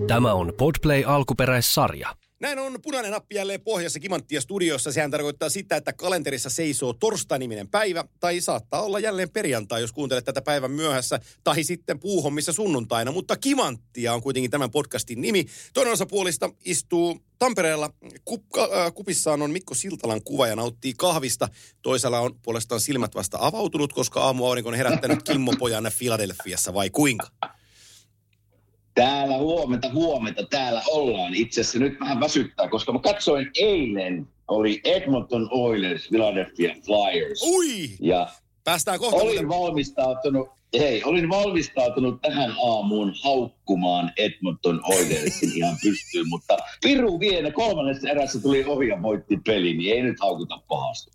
Tämä on Podplay alkuperäissarja. Näin on punainen nappi jälleen pohjassa Kimanttia studiossa. Sehän tarkoittaa sitä, että kalenterissa seisoo torstai-niminen päivä, tai saattaa olla jälleen perjantai, jos kuuntelet tätä päivän myöhässä, tai sitten puuhommissa sunnuntaina. Mutta Kimanttia on kuitenkin tämän podcastin nimi. Toinen osapuolista istuu Tampereella. Kupissaan on Mikko Siltalan kuva ja nauttii kahvista. Toisella on puolestaan silmät vasta avautunut, koska aamuaurinko on herättänyt Kimmo pojan Philadelphiassa, vai kuinka? Täällä huomenta, täällä ollaan. Itse asiassa nyt vähän väsyttää, koska mä katsoin eilen, oli Edmonton Oilers, Philadelphia Flyers. Ui! Ja päästään kohta. Olin valmistautunut tähän aamuun haukkumaan Edmonton Oilersin ihan pystyyn, mutta piru vielä kolmannessa erässä tuli ohi ja voitti peli, niin ei nyt haukuta pahasti.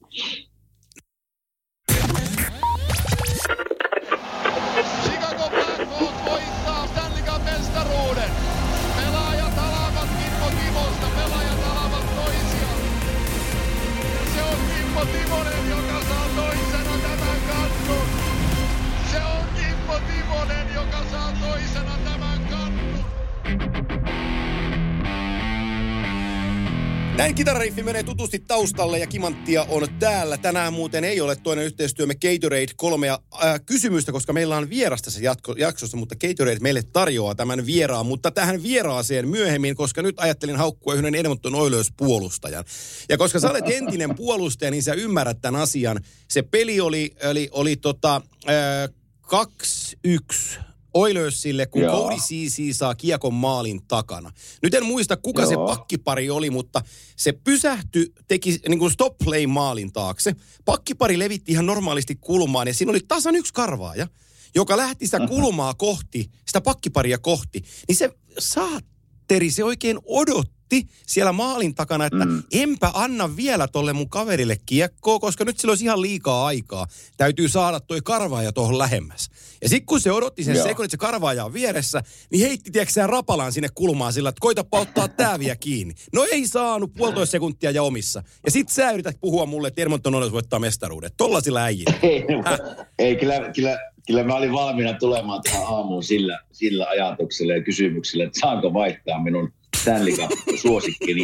Timonen, joka saa toisena tämän kannun. Se on Kimmo Timonen, joka saa toisena tämän kannun. Näin kitarariffi menee tutusti taustalle ja Kimanttia on täällä. Tänään muuten ei ole toinen yhteistyömme Gatorade 3 kysymystä, koska meillä on vieras tässä jaksossa, mutta Gatorade meille tarjoaa tämän vieraan. Mutta tähän vieraaseen myöhemmin, koska nyt ajattelin haukkua yhden Edmonton Oilers-puolustajan. Ja koska sä olet entinen puolustaja, niin sä ymmärrät tämän asian. Se peli oli 2-1. Oilersille, kun Cody Ceci saa kiekon maalin takana. Nyt en muista, kuka se pakkipari oli, mutta se teki niin kuin stop play maalin taakse. Pakkipari levitti ihan normaalisti kulmaan ja siinä oli tasan yksi karvaaja, joka lähti sitä kulmaa kohti, sitä pakkiparia kohti. Niin se saatteri, se oikein odotti siellä maalin takana, että enpä anna vielä tolle mun kaverille kiekkoa, koska nyt sillä olisi ihan liikaa aikaa. Täytyy saada toi karvaaja tuohon lähemmäs. Ja sitten kun se odotti sen sekunnin, että se karvaaja on vieressä, niin heitti tiedätkö rapalan sinne kulmaan sillä, että koitapa ottaa tää vielä kiinni. No ei saanut 1,5 sekuntia ja omissa. Ja sit sä yrität puhua mulle, että Edmonton Oilers voittaa mestaruudet. Tollasilla äijillä. Ei, kyllä mä olin valmiina tulemaan tähän aamuun sillä ajatuksella ja kysymyksellä, että saanko vaihtaa minun Stanley Cup-suosikkini.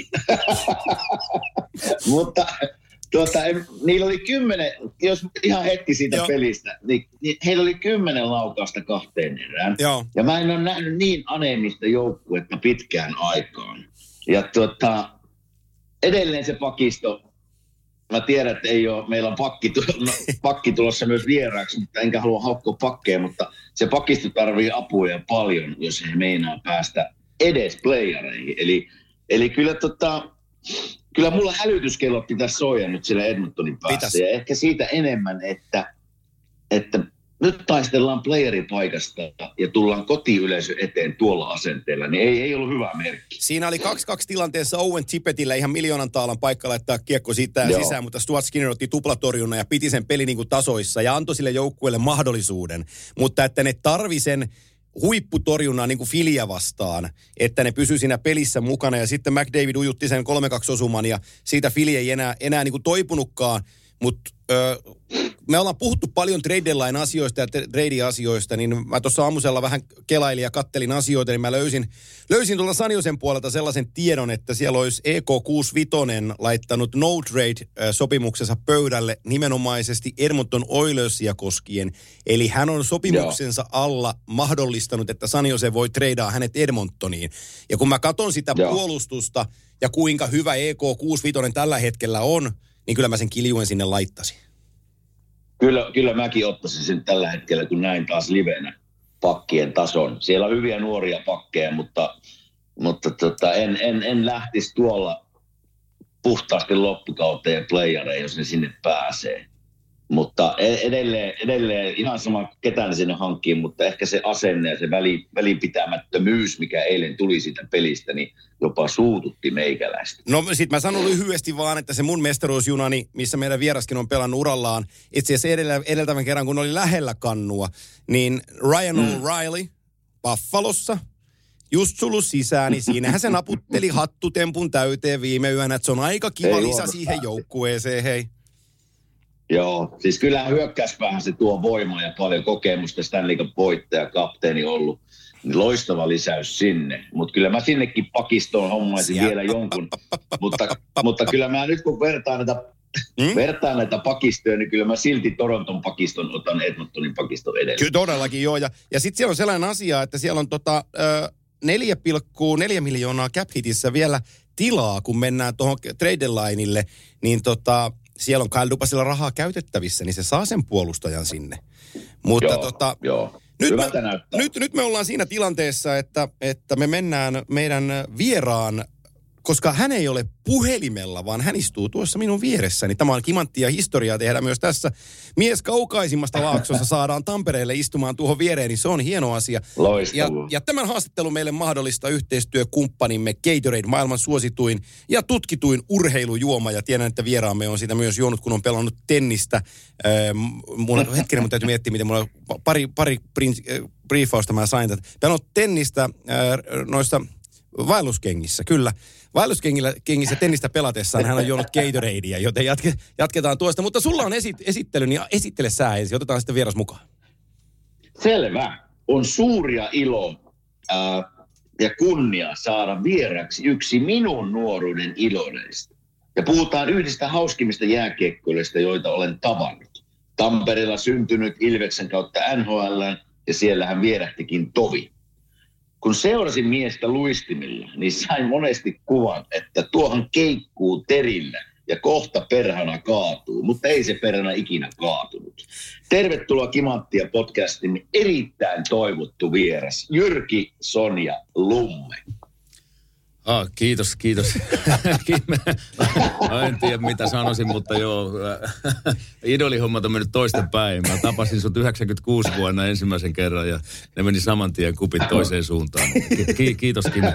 Mutta niillä oli 10, jos ihan hetki siitä pelistä, niin heillä oli 10 laukausta 2 erään. Joo. Ja mä en ole nähnyt niin aneemista joukkuetta pitkään aikaan. Ja edelleen se pakisto, mä tiedän, että ei ole, meillä on pakki tulossa myös vieraaksi, mutta enkä halua haukkoa pakkeja, mutta se pakisto tarvii apua ja paljon, jos he meinaa päästä edes playereihin. Eli kyllä mulla hälytyskello pitäisi soida nyt siellä Edmontonin päässä. Ja ehkä siitä enemmän, että nyt taistellaan playeripaikasta ja tullaan kotiyleisö eteen tuolla asenteella, niin ei ollut hyvä merkki. Siinä oli 2-2 tilanteessa Owen Tippettillä ihan miljoonan taalan paikka laittaa kiekko sisään, mutta Stuart Skinner otti tuplatorjunnan ja piti sen pelin niin kuin tasoissa ja antoi sille joukkueelle mahdollisuuden. Mutta että ne tarvi sen huipputorjunnan niin kuin Filia vastaan, että ne pysyi siinä pelissä mukana. Ja sitten McDavid ujutti sen 3-2 osuman ja siitä Fili ei enää niin kuin toipunutkaan. Mutta me ollaan puhuttu paljon trade deadline-asioista ja trade-asioista, niin mä tuossa aamusella vähän kelailin ja kattelin asioita, niin mä löysin tuolta Sanjosen puolelta sellaisen tiedon, että siellä olisi EK65 laittanut no trade-sopimuksensa pöydälle nimenomaisesti Edmonton Oilersia koskien. Eli hän on sopimuksensa alla mahdollistanut, että Sanjose voi treidaa hänet Edmontoniin. Ja kun mä katson sitä puolustusta ja kuinka hyvä EK65 tällä hetkellä on, niin kyllä mä sen Kiljuen sinne laittasin. Kyllä mäkin ottaisin sen tällä hetkellä, kun näin taas livenä pakkien tason. Siellä on hyviä nuoria pakkeja, mutta en lähtisi tuolla puhtaasti loppukauteen ja playereen, jos ne sinne pääsee. Mutta edelleen ihan sama, ketä ne sinne hankkii, mutta ehkä se asenne ja se välinpitämättömyys, mikä eilen tuli siitä pelistä, niin jopa suututti meikäläistä. No sit mä sanon lyhyesti vaan, että se mun mestaruusjunani, missä meidän vieraskin on pelannut urallaan, itse asiassa edeltävän kerran, kun oli lähellä kannua, niin Ryan O'Reilly Buffalossa, just tullut sisään, niin siinähän se naputteli hattutempun täyteen viime yönä, että se on aika kiva lisä siihen joukkueeseen, hei. Joo, siis kyllähän hyökkäyspäähän se tuo voimaa ja paljon kokemusta, Stanley Cup voittaja, kapteeni ollut. loistava lisäys sinne. Mutta kyllä mä sinnekin pakistoon hommaisin vielä jonkun. Mutta kyllä mä nyt kun vertaan näitä pakistoja, niin kyllä mä silti Toronton pakiston otan Edmontonin pakiston edelleen. Kyllä todellakin joo. Ja sitten siellä on sellainen asia, että siellä on 4,4 miljoonaa cap hitissä vielä tilaa, kun mennään tuohon trade deadlineille, niin siellä on Kyle Dubasilla rahaa käytettävissä, niin se saa sen puolustajan sinne. Mutta joo. Nyt me ollaan siinä tilanteessa, että me mennään meidän vieraan, koska hän ei ole puhelimella, vaan hän istuu tuossa minun vieressäni. Tämä on kimanttia historiaa tehdä myös tässä. Mies kaukaisimmasta Laaksossa saadaan Tampereelle istumaan tuohon viereen, niin se on hieno asia. Ja tämän haastattelun meille mahdollista yhteistyökumppanimme Gatorade, maailman suosituin ja tutkituin urheilujuoma. Ja tiedän, että vieraamme on sitä myös juonut, kun on pelannut tennistä. Mun täytyy miettiä, miten mulla pari briefausta mä sain. Pelannut tennistä noissa vaelluskengissä, kyllä. Vaelluskengissä tennistä pelatessaan hän on juonut Gatoradea, joten jatketaan tuosta. Mutta sulla on esittely, niin esittele sä ensin. Otetaan sitten vieras mukaan. Selvä. On suuria ilo ja kunnia saada vieraksi yksi minun nuoruuden idoleista. Ja puhutaan yhdistä hauskimmista jääkiekkoiluista, joita olen tavannut. Tampereella syntynyt Ilveksen kautta NHL, ja siellä hän vierähtikin tovi. Kun seurasin miestä luistimilla, niin sain monesti kuvan, että tuohan keikkuu terillä ja kohta perhana kaatuu, mutta ei se perhana ikinä kaatunut. Tervetuloa Kimanttia podcastin erittäin toivottu vieras, Jyrki Sonja Lumme. Kiitos. En tiedä mitä sanoisin, mutta joo, idolihommat on mennyt toistenpäin. Mä tapasin sut 96 vuonna ensimmäisen kerran ja ne meni saman tien kupit toiseen suuntaan. Kiitos Kimi.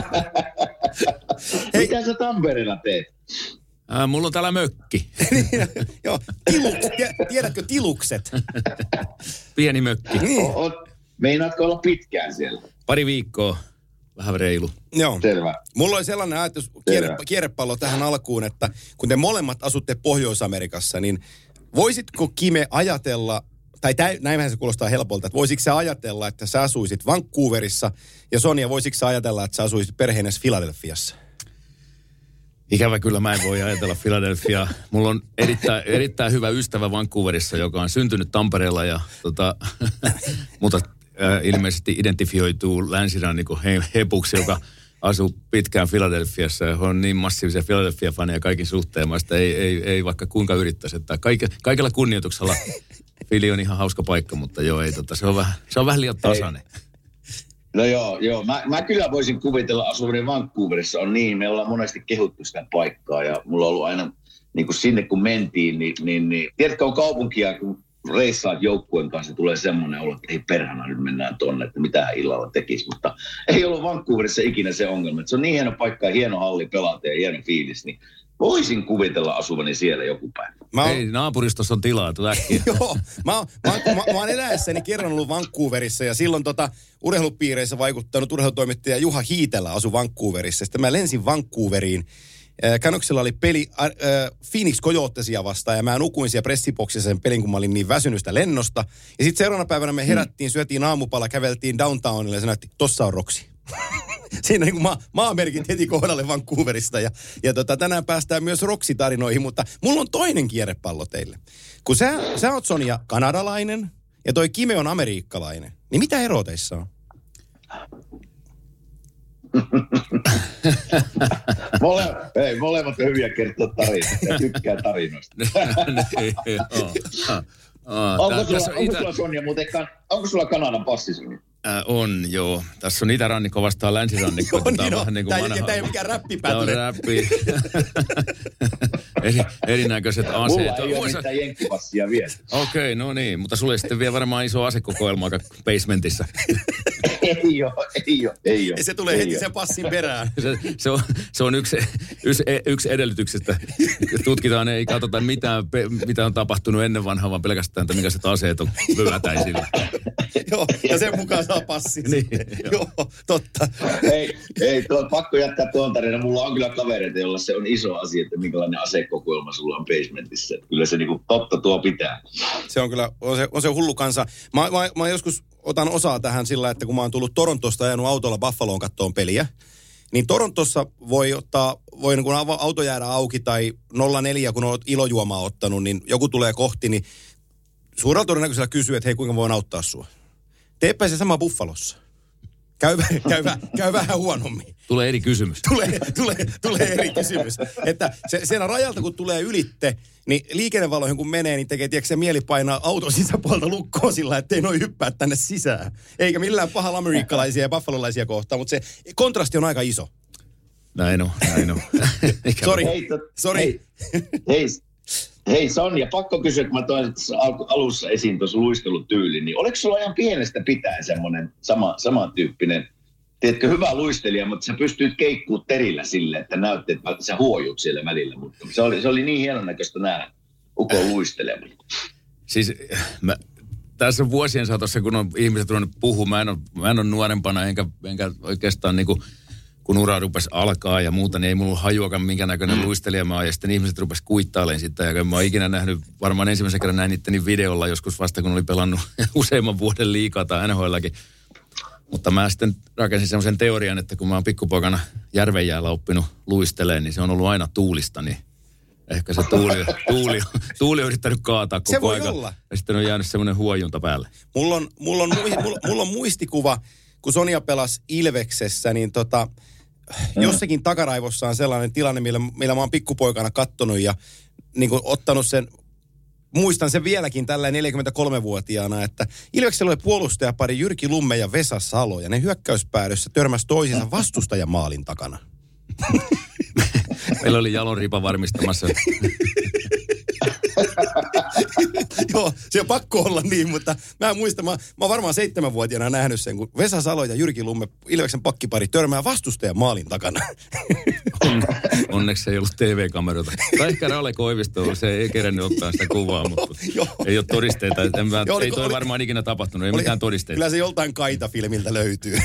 Mitä sä Tampereella teet? Mulla on täällä mökki. Joo, tiedätkö tilukset? Pieni mökki. Meinaatko olla pitkään siellä? Pari viikkoa. Vähän reilu. Joo. Selvä. Mulla oli sellainen ajatus kierrepallo tähän alkuun, että kun te molemmat asutte Pohjois-Amerikassa, niin voisitko Kime ajatella, tai näinhän se kuulostaa helpolta, että voisitko sä ajatella, että sä asuisit Vancouverissa, ja Sonja, voisitko sä ajatella, että sä asuisit perheenäsi Philadelphiassa? Ikävä kyllä mä en voi ajatella Philadelphiaa. Mulla on erittäin hyvä ystävä Vancouverissa, joka on syntynyt Tampereella, ja mutta ilmeisesti identifioituu länsirannikon hepuksi, joka asuu pitkään Philadelphiassa ja on niin massiivisia Philadelphia-faneja kaikin suhteen, että ei vaikka kuinka yrittäisi. Että kaikella kunnioituksella Philly on ihan hauska paikka, mutta joo, se on vähän liian tasainen. No joo. Mä kyllä voisin kuvitella asuminen Vancouverissa on niin, me ollaan monesti kehuttu sitä paikkaa ja mulla on ollut aina, niin kuin sinne kun mentiin, niin tiedätkö on kaupunkia, kun reissaat joukkueen kanssa, tulee semmoinen olo, että ei perhana, nyt mennään tonne, että mitä illalla tekisi. Mutta ei ollut Vancouverissa ikinä se ongelma. Että se on niin hieno paikka ja hieno halli pelata ja hieno fiilis, niin voisin kuvitella asuvani siellä joku päivä. Ei, naapuristossa on tilaa, tuu äkkiä. Joo, mä oon eläessäni kerran ollut Vancouverissa ja silloin urheilupiireissä vaikuttanut urheilutoimittaja Juha Hiitelä asui Vancouverissa. Sitten mä lensin Vancouveriin. Canucksilla oli peli Phoenix Coyotesia vastaan ja mä nukuin siellä pressiboksissa sen pelin, kun mä olin niin väsynystä lennosta. Ja sitten seuraavana päivänä me herättiin, syötiin aamupala, käveltiin downtownille ja se näytti, tossa on Roksi. Siinä niin kuin maamerkit heti kohdalle Vancouverista ja tänään päästään myös Roksi-tarinoihin, mutta mulla on toinen kierrepallo teille. Kun sä oot Sonja kanadalainen ja toi Kime on amerikkalainen, niin mitä ero teissä on? Molemmat on hyviä kertoa tarinoita ja tykkää tarinoista. Onko sulla Kanadan passi, Sonja? On, joo. Tässä on itärannikko vastaan länsirannikko. Tämä ei ole mikään räppipätly. Tämä on räppi. Erinäköiset aseet. Mulla ei ole mitään jenkkipassia vielä. Okei, no niin. Mutta sulle sitten vielä varmaan iso asekokoelma aika basementissä. Ei ole. Se tulee heti sen passin perään. Se on yksi edellytyksestä. Tutkitaan, ei katsota mitä on tapahtunut ennen vanhaa, vaan pelkästään, että minkälaiset aseet on vyötäisillä. Joo, ja sen mukaan saa ottaa passin niin, Joo, totta. Ei, pakko jättää tuon tarina. Mulla on kyllä kavereita, jolla se on iso asia, että minkälainen asekokoelma sulla on basementissa. Kyllä se niinku totta tuo pitää. Se on kyllä, on se hullu kansa. Mä joskus otan osaa tähän sillä, että kun mä oon tullut Torontosta ja ajanut autolla Buffaloon kattoon peliä, niin Torontossa voi niin kun auto jäädä auki tai 04, kun olet ilojuomaa ottanut, niin joku tulee kohti, niin suurella todennäköisellä kysyy, että hei, kuinka voin auttaa sua. Teepä se sama Buffalossa. Käy vähän huonommin. Tulee eri kysymys. Tulee eri kysymys. Että sen rajalta, kun tulee ylitte, niin liikennevaloihin kun menee, niin tekee, tiedätkö se mieli painaa auton sisäpuolta lukkoon sillä, ettei noin hyppää tänne sisään. Eikä millään pahalla amerikkalaisia ja buffalolaisia kohtaan, mutta se kontrasti on aika iso. Näin on. Sori. Hei Sonja, pakko kysyä, kun mä toin alussa esiin tuossa luistelutyyli, niin oliko sulla ihan pienestä pitäen semmoinen samantyyppinen, tiedätkö, hyvä luistelija, mutta sä pystyt keikkuu terillä sille, että näytti, että sä huojut siellä välillä, mutta se oli niin hienon näköistä nähdä ukon luistelemaan. Siis tässä vuosien saatossa, kun on ihmiset ruvennut puhumaan, mä en ole nuorempana, enkä oikeastaan niinku, kun ura rupesi alkaa ja muuta, niin ei mulla hajuakaan minkä näköinen luistelija mä oon. Ja sitten ihmiset rupesi kuittailemaan sitä. Ja mä oon ikinä nähnyt, varmaan ensimmäisen kerran näin itteni videolla joskus vasta, kun oli pelannut useamman vuoden liigaa tai NHL:äkin. Mutta mä sitten rakensin semmoisen teorian, että kun mä oon pikkupoikana Järvenjäällä oppinut luistelemaan, niin se on ollut aina tuulista, niin ehkä se tuuli on yrittänyt kaataa koko ajan. Olla. Ja sitten on jäänyt semmoinen huojunta päälle. Mulla on muistikuva, kun Sonja pelasi Ilveksessä, niin jossakin takaraivossa on sellainen tilanne, millä mä oon pikkupoikana kattonut ja niin kuin ottanut sen, muistan sen vieläkin tällä 43-vuotiaana, että Ilveksellä oli puolustajapari Jyrki Lumme ja Vesa Salo, ja ne hyökkäyspäädyssä törmäsi toisinsa vastustajan maalin takana. Meillä oli jalonripa varmistamassa. Joo, se on pakko olla niin, mutta mä muistan, mä oon varmaan 7-vuotiaana nähnyt sen, kun Vesa Salo ja Jyrki Lumme, Ilveksen pakkipari, törmää vastustajan maalin takana. Onneksi ei ollut TV-kameroita. Tai ehkä Rale Koivisto, se ei kerännyt ottaa sitä kuvaa, mutta ei ole todisteita. Ei toi varmaan ikinä tapahtunut, ei mitään todisteita. Kyllä se joltain Kaita-filmiltä löytyy.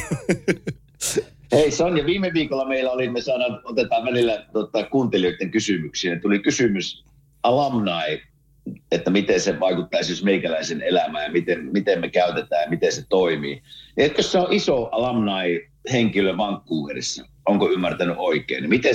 Hei Sonja, viime viikolla meillä oli, me otetaan välillä kuuntelijoiden kysymyksiä. Tuli kysymys alumni, että miten se vaikuttaisi jos meikäläisen elämään ja miten me käytetään ja miten se toimii. Etkö se on iso alumni-henkilö Vancouverissa? Onko ymmärtänyt oikein? Miten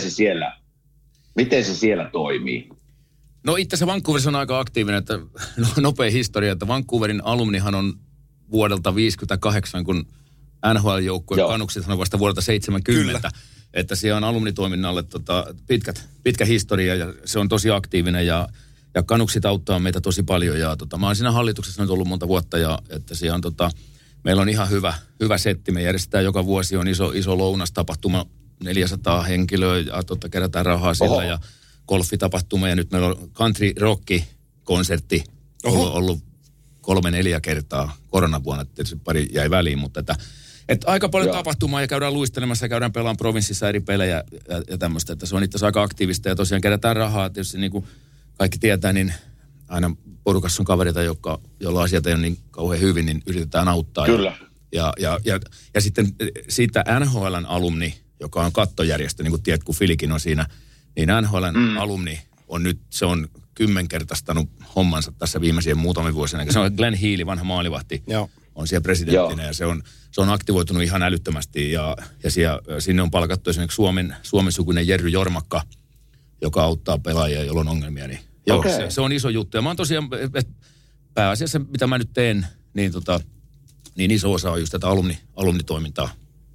se siellä toimii? No itse asiassa Vancouverissa on aika aktiivinen, että nopea historia, että Vancouverin alumnihan on vuodelta 1958, kun NHL-joukkueen Canucksithan on vasta vuodelta 1970. Kyllä. Että siellä on alumnitoiminnalle pitkä historia ja se on tosi aktiivinen ja Canucksit auttaa meitä tosi paljon. Ja mä oon siinä hallituksessa nyt ollut monta vuotta ja että siellä on meillä on ihan hyvä setti. Me järjestetään joka vuosi on iso lounastapahtuma, 400 henkilöä ja kerätään rahaa sillä ja golfitapahtuma. Ja nyt meillä on country rock-konsertti ollut 3-4 kertaa koronavuonna. Tietysti pari jäi väliin, mutta että aika paljon tapahtumaa ja käydään luistelemassa ja käydään pelaamaan provinssissa eri pelejä ja tämmöistä. Että se on itse asiassa aika aktiivista ja tosiaan kerätään rahaa. Tietysti niin kuin kaikki tietää, niin aina porukassa on kavereita, joilla asiat ei ole niin kauhean hyvin, niin yritetään auttaa. Kyllä. Ja sitten siitä NHL:n alumni, joka on kattojärjestö, niin kuin tiedät, kun Filikin on siinä, niin NHL:n alumni on nyt, se on 10-kertaistanut hommansa tässä viimeisien muutamien vuosina. Se on Glenn Healy, vanha maalivahti, on siellä presidenttinä ja se on aktivoitunut ihan älyttömästi ja sinne on palkattu esimerkiksi Suomen sukuinen Jerry Jormakka, joka auttaa pelaajia, joilla on ongelmia. Niin, se on iso juttu. Ja mä oon tosiaan, pääasiassa mitä mä nyt teen, niin iso osa on just tätä alumnitoimintaa.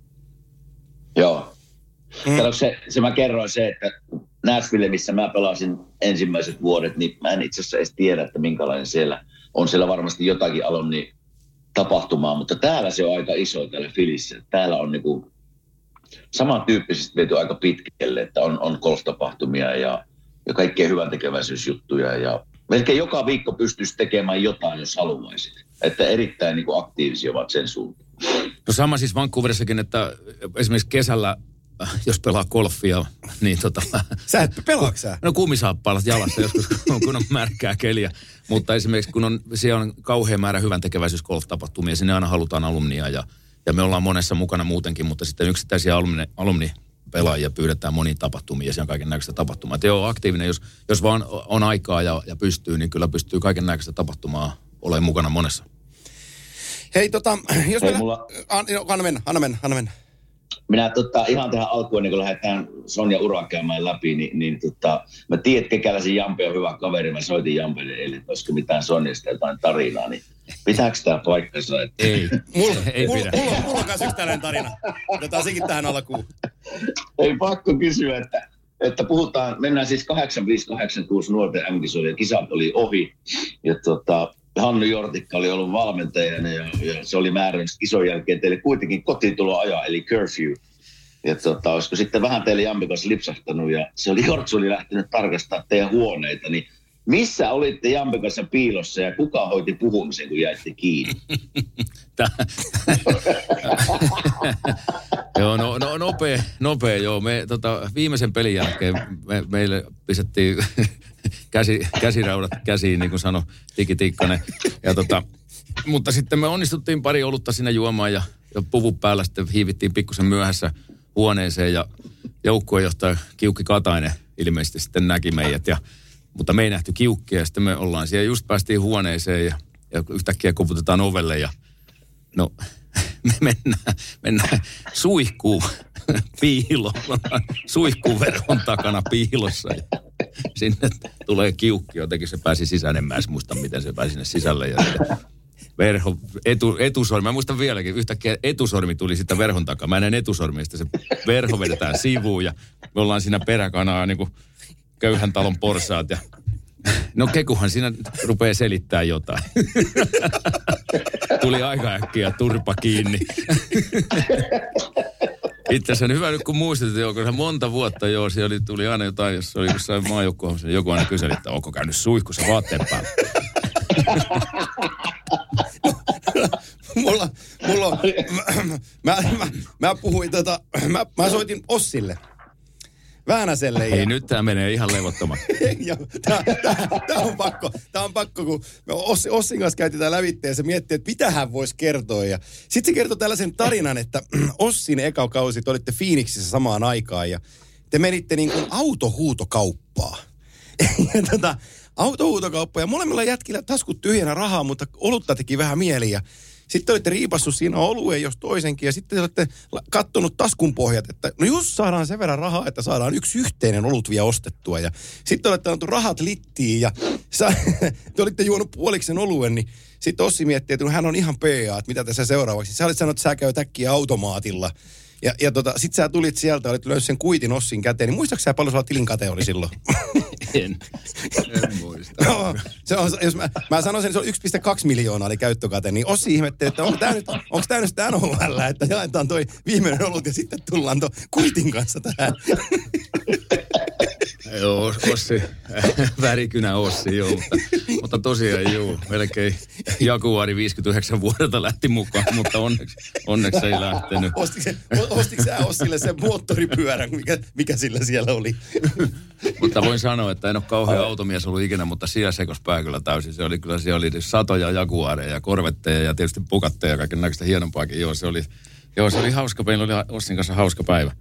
Joo. Se mä kerroin se, että Nashville, missä mä pelasin ensimmäiset vuodet, niin mä en itse asiassa edes tiedä, että minkälainen siellä on. Siellä varmasti jotakin alumni-tapahtumaa, mutta täällä se on aika iso täällä Phillyssä. Täällä on niinku samantyyppisesti viety aika pitkälle, että on golf-tapahtumia ja kaikkea hyväntekeväisyysjuttuja ja melkein joka viikko pystyisi tekemään jotain, jos haluaisit. Että erittäin niinku aktiivisia ovat sen suuntaan. No sama siis Vancouverissakin, että esimerkiksi kesällä, jos pelaa golfia, niin Sä et pelaako sä? No kumisaappaalat jalassa joskus, kun on märkää keliä. Mutta esimerkiksi kun siellä on kauhean määrä hyväntekeväisyys golf-tapahtumia, sinne aina halutaan alumnia ja Ja me ollaan monessa mukana muutenkin, mutta sitten yksittäisiä alumni-pelaajia pyydetään moniin tapahtumiin ja siellä on kaiken näköistä tapahtumaa. Että joo, aktiivinen, jos vaan on aikaa ja pystyy, niin kyllä pystyy kaiken näköistä tapahtumaa olemaan mukana monessa. Hei, jos meillä... Anna mennä. Minä ihan tähän alkuun, niin kun lähdetään Sonja uraa käymään läpi, niin mä tiedän, että kekäläisen Jampe on hyvä kaveri. Mä soitin Jampelle eilen, että olisiko mitään Sonjasta jotain tarinaa, niin pitääkö tämä paikkansa? Että... Ei. Mulla on myös yksi tällainen tarina. Otetaan sekin tähän alkuun. Ei pakko kysyä, että mennään siis 85-86 nuorten M-kisojen, kisat oli ohi. Ja Hannu Jortikka oli ollut valmentajana ja se oli määrännyt kisojen jälkeen teille kuitenkin kotiintuloaja, eli curfew. Ja olisiko sitten vähän teille Jampi kanssa lipsahtanut ja Jortsu oli lähtenyt tarkastamaan teidän huoneita, niin missä olitte Jampi kanssa piilossa ja kuka hoiti puhumisen, kun jäitte kiinni? Joo, nopea, joo. Me viimeisen pelin jälkeen meille pistettiin käsiraudat käsiin, niin kuin sanoi Tiki Tikkanen. Ja mutta sitten me onnistuttiin pari olutta siinä juomaan ja puvun päällä sitten hiivittiin pikkusen myöhässä huoneeseen ja joukkuejohtaja Kiukki Katainen ilmeisesti sitten näki meidät. Mutta me ei nähty Kiukkia ja sitten me ollaan siellä, just päästiin huoneeseen ja yhtäkkiä koputetaan ovelle ja no me mennään suihkuun piiloon, suihkuverhon takana piilossa ja sinne tulee Kiukki, jotenkin se pääsi sisään, en mä edes muista miten se pääsi sinne sisälle ja verho, etusormi, mä muistan vieläkin, yhtäkkiä etusormi tuli sitä verhon takaa, mä näen etusormi, sitten se verho vedetään sivuun ja me ollaan siinä peräkanaa niin kuin köyhän talon porsaat ja no Kekuhan siinä rupeaa selittämään jotain. Tuli aika äkkiä turpa kiinni. Itse asiassa hyvä nyt kun muistit, että monta vuotta siellä tuli aina jotain, jos oli jossain maajoukkueessa, niin joku aina kyseli, että onko käynyt suihkussa vaatteen päällä. Mä puhuin mä soitin Ossille. Väänäselle. Hei, nyt tää menee ihan levottomaksi. Tää on pakko, kun me Ossin kanssa käytiin tää lävitteen ja se miettii, että mitä hän voisi kertoa. Ja sit se kertoi tällaisen tarinan, että Ossin eka kausi, te olitte Phoenixissä samaan aikaan ja te menitte niin kuin autohuutokauppaa. Autohuutokauppaa ja molemmilla jätkillä taskut tyhjänä rahaa, mutta olutta teki vähän mieli ja sitten olette riipassut siinä olueen jos toisenkin ja sitten te olette kattonut taskun pohjat, että no just saadaan sen verran rahaa, että saadaan yksi yhteinen olut vielä ostettua. Ja sitten olette annettu rahat littiin ja te olitte juonut puoliksi sen oluen, niin sitten Ossi miettii, että no hän on ihan PA, että mitä tässä seuraavaksi. Sä olit sanonut, että sä käyt äkkiä automaatilla. Ja sit sä tulit sieltä, olit löysi sen kuitin Ossin käteen, niin muistatko sä paljon sulla tilinkate oli silloin? En muista. No, se on, jos mä sanoisin, että se on 1,2 miljoonaa oli käyttökate, niin Ossi ihmetteli, että onko tää nyt sitä NHL, että jaetaan toi viimeinen olut ja sitten tullaan tuon kuitin kanssa tähän. Joo, Ossi, värikynä Ossi, joo, mutta tosiaan joo, melkein Jaguari 59 vuodelta lähti mukaan, mutta onneksi ei lähtenyt. Ostitko sä Ossille sen moottoripyörän, mikä sillä siellä oli? Mutta voin sanoa, että en ole kauhean automies ollut ikinä, mutta siellä sekosi pää kyllä täysin. Siellä oli satoja Jaguareja ja korvetteja ja tietysti pukatteja ja kaiken näköistä hienompaakin. Joo, se oli hauska. Meillä oli Ossin kanssa hauska päivä.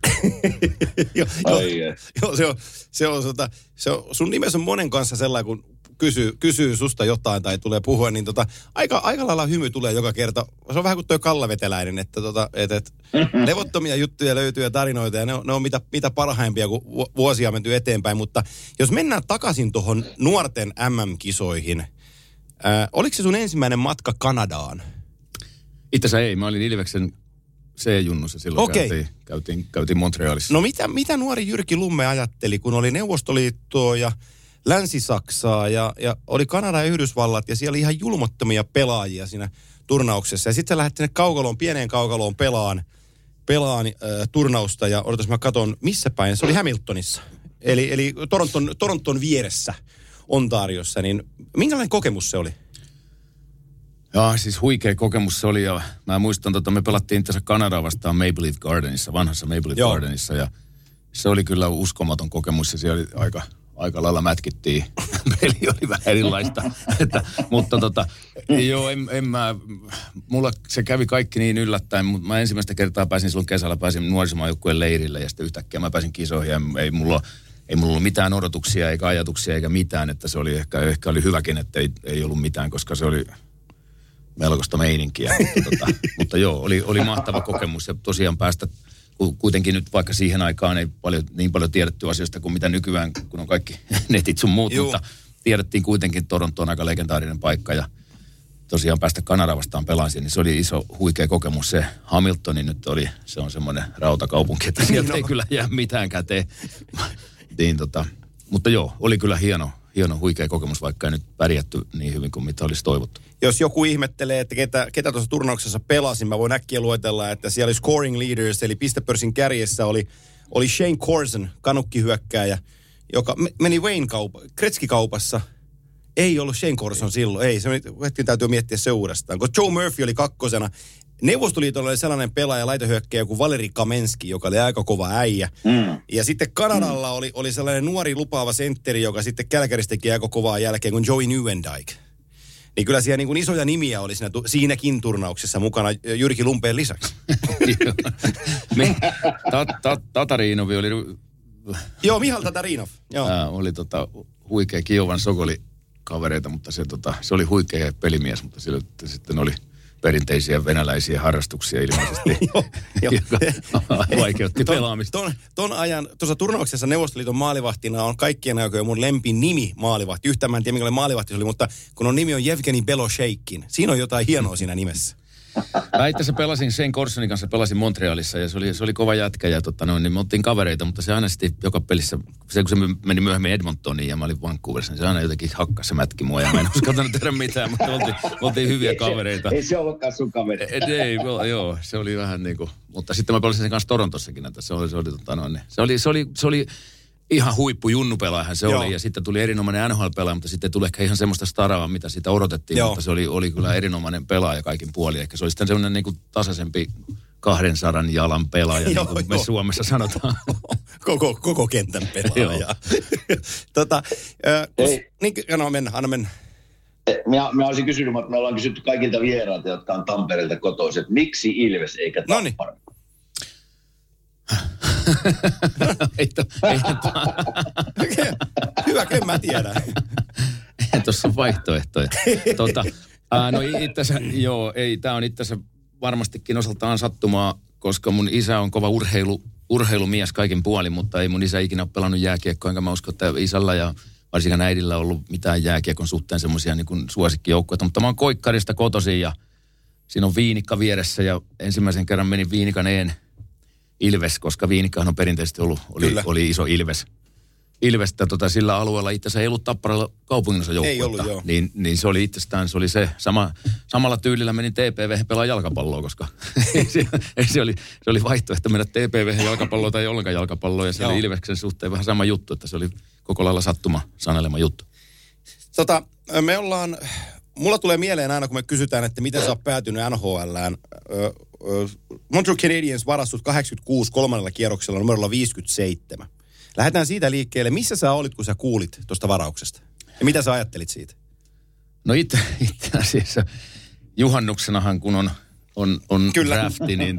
Sun nimesi on monen kanssa sellainen, kun kysyy susta jotain tai tulee puhua, niin aika lailla hymy tulee joka kerta. Se on vähän kuin toi Kallaveteläinen, että levottomia juttuja löytyy ja tarinoita ja ne on mitä parhaimpia, kun vuosia on menty eteenpäin. Mutta jos mennään takaisin tuohon nuorten MM-kisoihin, oliko se sun ensimmäinen matka Kanadaan? Itse asiassa ei. Mä olin Ilveksen C-junnussa silloin. Okay. Käytiin Montrealissa. No mitä nuori Jyrki Lumme ajatteli, kun oli Neuvostoliittoa ja Länsi-Saksaa ja oli Kanada ja Yhdysvallat ja siellä oli ihan julmottomia pelaajia siinä turnauksessa. Ja sitten sä lähdet sinne pieneen kaukaloon pelaan turnausta ja odotas mä katon missä päin. Se oli Hamiltonissa. Eli Toronton vieressä Ontariossa. Niin minkälainen kokemus se oli? Joo, siis huikea kokemus se oli ja mä muistan, me pelattiin tässä Kanadaa vastaan Maple Leaf Gardenissa, vanhassa Maple Leaf Gardenissa ja se oli kyllä uskomaton kokemus ja siellä oli aika lailla mätkittiin. Peli oli vähän erilaista. Mutta joo, mulla se kävi kaikki niin yllättäen, mutta mä ensimmäistä kertaa pääsin silloin kesällä, pääsin nuorisomaajoukkueen leirille ja sitten yhtäkkiä mä pääsin kisoihin ja ei mulla ollut mitään odotuksia eikä ajatuksia eikä mitään, että se oli ehkä oli hyväkin, että ei ollut mitään, koska se oli melkoista meininkiä. Mutta joo, oli mahtava kokemus ja tosiaan päästä kuitenkin nyt vaikka siihen aikaan ei niin paljon tiedetty asioista kuin mitä nykyään, kun on kaikki netit sun muut, mutta tiedettiin kuitenkin, Toronto on aika legendaarinen paikka ja tosiaan päästä Kanada vastaan pelaamaan, niin se oli iso huikea kokemus. Se Hamiltoni nyt se on semmoinen rautakaupunki, että sieltä ei kyllä jää mitään käteen. Mutta joo, oli kyllä hieno huikea kokemus, vaikka ei nyt pärjätty niin hyvin kuin mitä olisi toivottu. Jos joku ihmettelee, että ketä tuossa turnauksessa pelasin, mä voin äkkiä luetella, että siellä oli scoring leaders, eli pistepörssin kärjessä oli Shane Corson, kanukkihyökkääjä, joka meni Gretzky-kaupassa. Ei ollut Shane Corson silloin, ei. Hetken täytyy miettiä se uudestaan, koska Joe Murphy oli kakkosena. Neuvostoliitolla oli sellainen pelaaja, laitohyökkäjä kuin Valeri Kamenski, joka oli aika kova äijä. Ja sitten Kanadalla oli sellainen nuori lupaava sentteri, joka sitten Kälkärissä teki aika kovaa jälkeen kuin Joey Nieuwendyk. Niin kyllä siellä niin kuin isoja nimiä oli siinäkin turnauksessa mukana Jyrki Lumpeen lisäksi. Tatarinovi oli... Joo, Mihal Tatarinov. Joo. Oli huikea Kiovan Sokoli-kavereita, mutta se oli huikea pelimies, mutta sillä sitten oli perinteisiä venäläisiä harrastuksia ilmeisesti, joka vaikeutti pelaamista. Ton ajan, tuossa turnauksessa Neuvostoliiton maalivahtina on kaikkien aikojen mun lempinimi maalivahti. Yhtään mä en tiedä, minkälainen maalivahti se oli, mutta kun nimi on Jevgeni Belosheikin. Siinä on jotain hienoa siinä nimessä. Mä itse asiassa pelasin Shane Corsonin kanssa, pelasin Montrealissa ja se oli kova jätkä ja niin me oltiin kavereita, mutta se aina sitten joka pelissä, kun se meni myöhemmin Edmontoniin ja mä olin Vancouverissa, niin se aina jotenkin hakkas se mätki mua ja mä en uskaltanut tehdä mitään, mutta oltiin hyviä kavereita. Ei se ollutkaan sun kaveri. Ei, joo, se oli vähän niin kuin, mutta sitten mä pelasin sen kanssa Torontossakin, että se oli ihan huippujunnupelaajahan se oli, ja sitten tuli erinomainen NHL-pelaaja, mutta sitten tuli ehkä ihan semmoista staraa, mitä siitä odotettiin, joo. Mutta se oli kyllä erinomainen pelaaja kaikin puolin. Ehkä se oli sitten semmoinen niin kuin tasaisempi 200 jalan pelaaja, niin kuin me Suomessa sanotaan. Koko kentän pelaaja. Anna mennä. Mä olisin kysynyt, että me ollaan kysytty kaikilta vierailta, jotka on Tampereelta kotoisin, että miksi Ilves eikä Tappara? Hyvä, en mä tiedä. Tuossa on vaihtoehtoja. No itse asiassa, joo, ei, tää on itse asiassa varmastikin osaltaan sattumaa, koska mun isä on kova urheilumies kaikin puolin, mutta ei mun isä ikinä ole pelannut jääkiekkoa, enkä mä usko, että isällä ja varsinkaan äidillä on ollut mitään jääkiekon suhteen semmoisia niin kuin suosikkijoukkoja. Mutta mä oon Koikkarista kotoisin ja siinä on Viinikka vieressä ja ensimmäisen kerran menin Viinikan Ilves, koska Viinikkahan on perinteisesti oli iso Ilvestä sillä alueella itse asiassa ei ollut Tapparalla kaupunginosa joukkuetta. Ei ollut, joo. Niin se oli itsestään, se oli se samalla tyylillä menin TPV pelaa jalkapalloa, koska se oli vaihtoehto mennä TPV jalkapalloa tai ollenkaan jalkapalloa, ja se oli Ilveksen suhteen vähän sama juttu, että se oli koko lailla sattuma sanelema juttu. Mulla tulee mieleen aina, kun me kysytään, että miten sä oot päätynyt NHLään. Montreal Canadiens varastut 86 kolmannella kierroksella numerolla 57. Lähdetään siitä liikkeelle. Missä sä olit, kun sä kuulit tuosta varauksesta? Ja mitä sä ajattelit siitä? No itse asiassa juhannuksenahan, kun on drafti, niin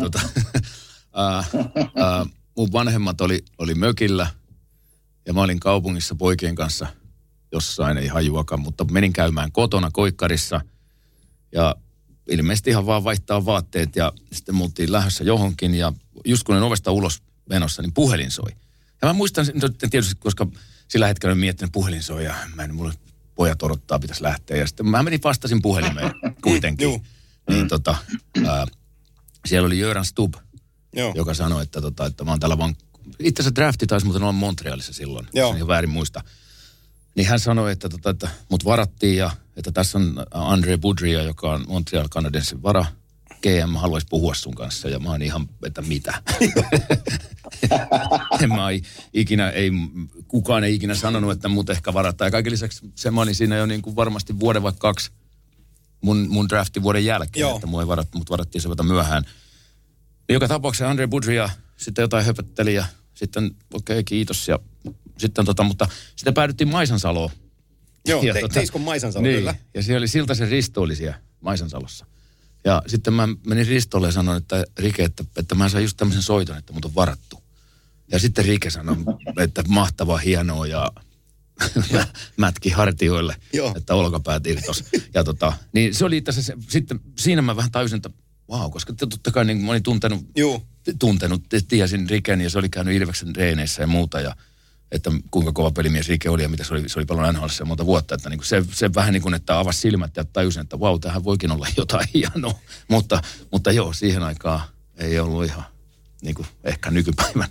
mun vanhemmat oli mökillä ja mä olin kaupungissa poikien kanssa jossain, ei hajuakaan, mutta menin käymään kotona Koikkarissa ja ilmeisesti ihan vaan vaihtaa vaatteet ja sitten me oltiin lähdössä johonkin ja just kun en ovesta ulos menossa, niin puhelin soi. Ja mä muistan tietysti, koska sillä hetkellä miettinyt puhelin soi ja mulle pojat odottaa, pitäisi lähteä. Ja sitten mä vastasin puhelimeen kuitenkin. Niin siellä oli Jöran Stubb, joka sanoi, että mä oon täällä vaan... Itse asiassa drafti taisi muuten olla Montrealissa silloin, jos en väärin muista. Niin hän sanoi, että mut varattiin ja että tässä on Andre Boudria, joka on Montreal Canadiensin vara. GM haluaisi puhua sun kanssa ja mä oon ihan, että mitä? Kukaan ei ikinä sanonut, että mut ehkä varataan. Ja kaiken lisäksi se mä olin siinä jo niin kuin varmasti vuoden vai 2 mun draftin vuoden jälkeen, että mut varattiin se myöhään. Joka tapauksessa Andre Boudria sitten jotain höpötteli ja sitten okei, kiitos ja mutta sitten päädyttiin Maisansaloon. Joo, Seiskon Maisansalo, niin, kyllä. Ja siellä oli Siltasen Risto oli siellä Maisansalossa. Ja sitten mä menin Ristolle ja sanoin, että Rike, että mä sain just tämmöisen soiton, että mut on varattu. Ja sitten Rike sanoi, että mahtavaa, hienoa ja mätki hartioille, että olkapäät irtos. Ja niin se oli itse asiassa, sitten siinä mä vähän tajusin, että koska totta kai niin mä olin tuntenut, tiesin Riken ja se oli käynyt Ilveksen reeneissä ja muuta ja että kuinka kova pelimies Rike oli ja mitä se oli paljon NHL:ssä monta vuotta, että niin se vähän niin kuin, että avasi silmät ja tajusin, että tämähän voikin olla jotain hienoa, mutta joo, siihen aikaan ei ollut ihan niin kuin ehkä nykypäivän.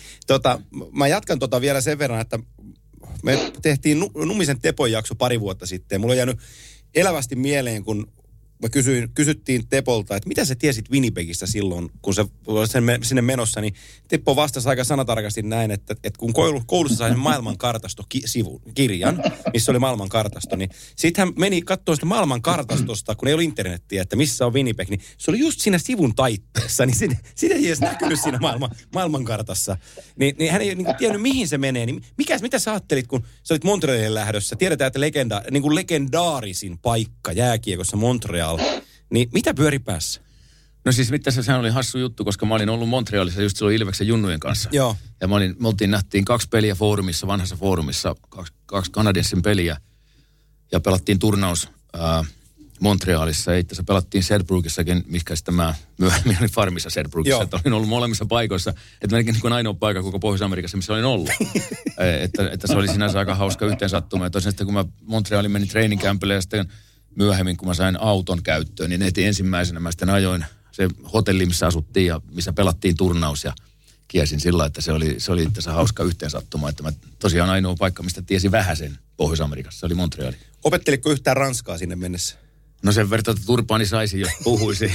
Mä jatkan vielä sen verran, että me tehtiin Numisen Tepon jakso pari vuotta sitten ja mulla on jäänyt elävästi mieleen, kun me kysyttiin Tepolta, että mitä sä tiesit Winnipegistä silloin, kun se sinne menossa, niin Teppo vastasi aika sanatarkasti näin, että kun koulussa sai maailmankartasto-kirjan, missä oli maailmankartasto, niin sitten hän meni katsomaan sitä maailmankartastosta, kun ei ollut internettiä, että missä on Winnipeg, niin se oli just siinä sivun taitteessa, niin sitä ei edes näkynyt siinä maailmankartassa. Niin hän ei niin tiennyt, mihin se menee, niin mitä sä ajattelit, kun sä olit Montrealin lähdössä? Tiedetään, että legendaarisin paikka jääkiekossa Montreal. Niin mitä pyöri päässä? No siis sehän oli hassu juttu, koska mä olin ollut Montrealissa just silloin Ilveksen junnujen kanssa. Joo. Ja nähtiin 2 peliä foorumissa, vanhassa foorumissa, 2 Canadiensin peliä. Ja pelattiin turnaus Montrealissa. Ja itse asiassa pelattiin Sherbrookeissakin, mikä sitten mä myöhemmin olin farmissa Sherbrookeissa. Että olin ollut molemmissa paikoissa. Että melkein niin kuin ainoa paikka koko Pohjois-Amerikassa, missä olin ollut. että se oli sinänsä aika hauska yhteensattuma. Ja tosiaan sitten kun mä Montrealin menin training campille ja sitten myöhemmin, kun mä sain auton käyttöön, niin heti ensimmäisenä mä sitten ajoin se hotelli, missä asuttiin ja missä pelattiin turnaus ja kiesin sillä, että se oli tässä hauska yhteensattuma, että mä tosiaan ainoa paikka, mistä tiesin vähäsen Pohjois-Amerikassa, se oli Montreali. Opetteliko yhtään ranskaa sinne mennessä? No sen verran, että turpaani saisi, jos puhuisi.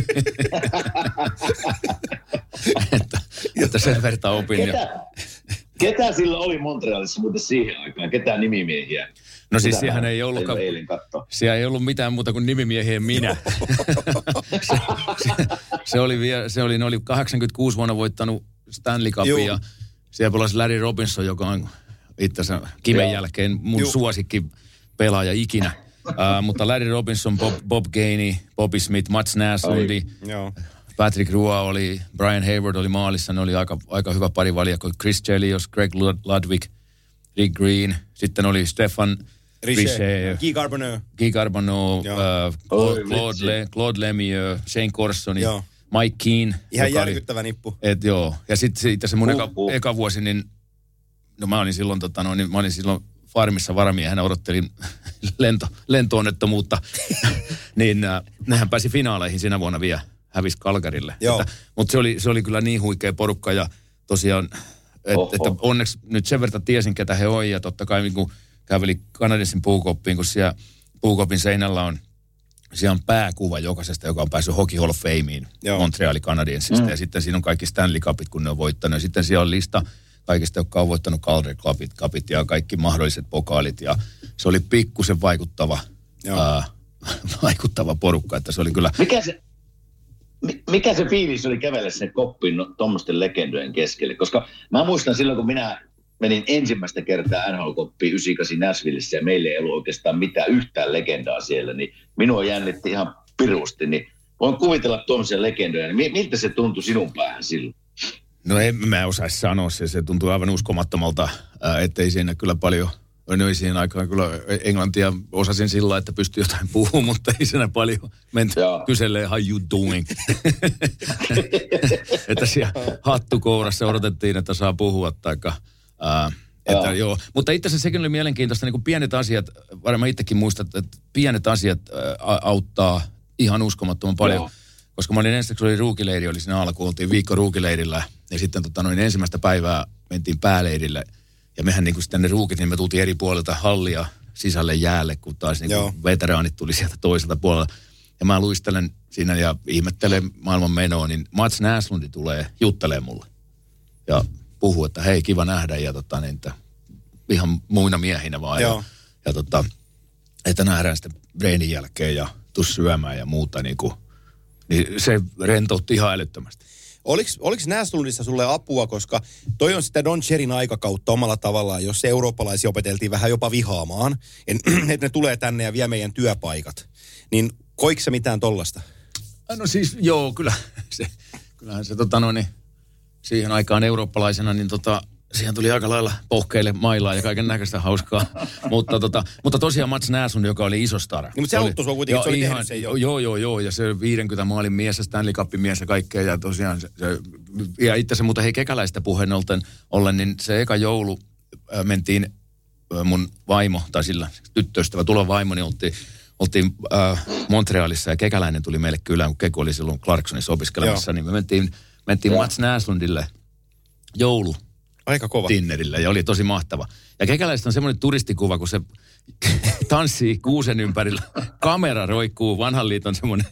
että sen verran opin. Ketä sillä oli Montrealissa muuten siihen aikaan? Ketään nimimiehiä? No siis siihen ei ollutkaan, siellä ei ollut mitään muuta kuin nimimiehiä minä. ne oli 86 vuonna voittanut Stanley Cupin ja siellä pelasi Larry Robinson, joka on itse asiassa Kiven jälkeen mun suosikki pelaaja ikinä. Mutta Larry Robinson, Bob Gainey, Bobby Smith, Mats Näslundi, Patrick Roy oli, Brian Hayward oli maalissa, ne oli aika hyvä pari valjakko. Chris Chelios, Greg Ludwig, Rick Green, sitten oli Stefan Richer, Guy Carbonneau, Claude Lemieux, Shane Corson, Mike Keane. Ihan järkyttävä nippu. Ja sitten se mun eka vuosi, niin no mä olin silloin, farmissa varamiehenä, odottelin lentoonnettomuutta, niin nehän pääsi finaaleihin siinä vuonna vielä, hävisi Calgarylle. Mutta se oli kyllä niin huikea porukka ja tosiaan, että onneksi nyt sen verran tiesin, ketä he on ja totta kai niin käveli Canadiensin puukoppiin, kun siellä puukopin seinällä siellä on pääkuva jokaisesta, joka on päässyt Hockey Hall of Fameen Montreali Canadiensista. Ja sitten siinä on kaikki Stanley Cupit, kun ne on voittanut. Ja sitten siellä on lista kaikista, jotka on voittanut Calder Cupit ja kaikki mahdolliset pokaalit. Ja se oli pikkusen vaikuttava porukka, että se oli kyllä... Mikä se fiilis oli kävellä sen koppiin tuommoisten legendojen keskelle? Koska mä muistan silloin, kun minä menin ensimmäistä kertaa NHL-koppiin 98 Nashvillessä ja meillä ei ollut oikeastaan yhtään legendaa siellä, niin minua jännitti ihan pirusti. Niin voin kuvitella tuommoisia legendoja, niin miltä se tuntui sinun päähän silloin? No en mä osaisi sanoa, se tuntui aivan uskomattomalta, ettei siinä kyllä paljon... No ei siihen aikaan kyllä englantia osasin sillä, että pystyi jotain puhumaan, mutta ei siinä paljon menty kyselee how you doing. Että siellä hattukourassa odotettiin, että saa puhua taikka... Mutta itse asiassa sekin oli mielenkiintoista, niin kuin pienet asiat, varmaan itsekin muistat, että pienet asiat auttaa ihan uskomattoman paljon. Koska mä olin ensiksi, oli ruukileiri, oli siinä alkuun, oltiin viikko ruukileirillä ja sitten ensimmäistä päivää mentiin pääleirille. Ja mehän niin kuin sitten ne ruukit, niin me tultiin eri puolilta hallia sisälle jäälle, kun taas niin kuin veteraanit tuli sieltä toiselta puolelta. Ja mä luistelen siinä ja ihmettelen maailman menoa, niin Mats Näslundi tulee juttelemaan mulle. Ja puhuu, että hei, kiva nähdä ja että ihan muina miehinä vaan. Ja että nähdään sitten breinin jälkeen ja tuu syömään ja muuta niin se rentoutti ihan älyttömästi. Oliko Näslundissa sulle apua, koska toi on sitä Don Cherryn aikakautta omalla tavallaan, jos se eurooppalaisia opeteltiin vähän jopa vihaamaan, että ne tulee tänne ja vie meidän työpaikat. Niin koiko se mitään tollasta? No siis joo, kyllähän se siihen aikaan eurooppalaisena, niin siihen tuli aika lailla pohkeille mailaa ja kaiken näköistä hauskaa. mutta tosiaan Mats Näslund, joka oli iso stara. Niin, mutta se auttoi sua kuitenkin, se oli tehnyt sen jo. Joo, ja se 50 maalin mies ja Stanley Cupin mies ja kaikkea. Ja tosiaan ja itse asiassa, mutta Kekäläistä puheen ollen, niin se eka joulu mentiin mun vaimo, tai sillä tyttöystävä, tuleva vaimo, niin oltiin Montrealissa ja Kekäläinen tuli meille kylään, kun Keku oli silloin Clarksonissa opiskelemassa, niin me mentiin Mats Näslundille joulu. Aika kova. Dinnerillä ja oli tosi mahtava. Ja Kekäläistä on semmoinen turistikuva, kun se tanssii kuusen ympärillä. Kamera roikkuu, vanhan liiton semmoinen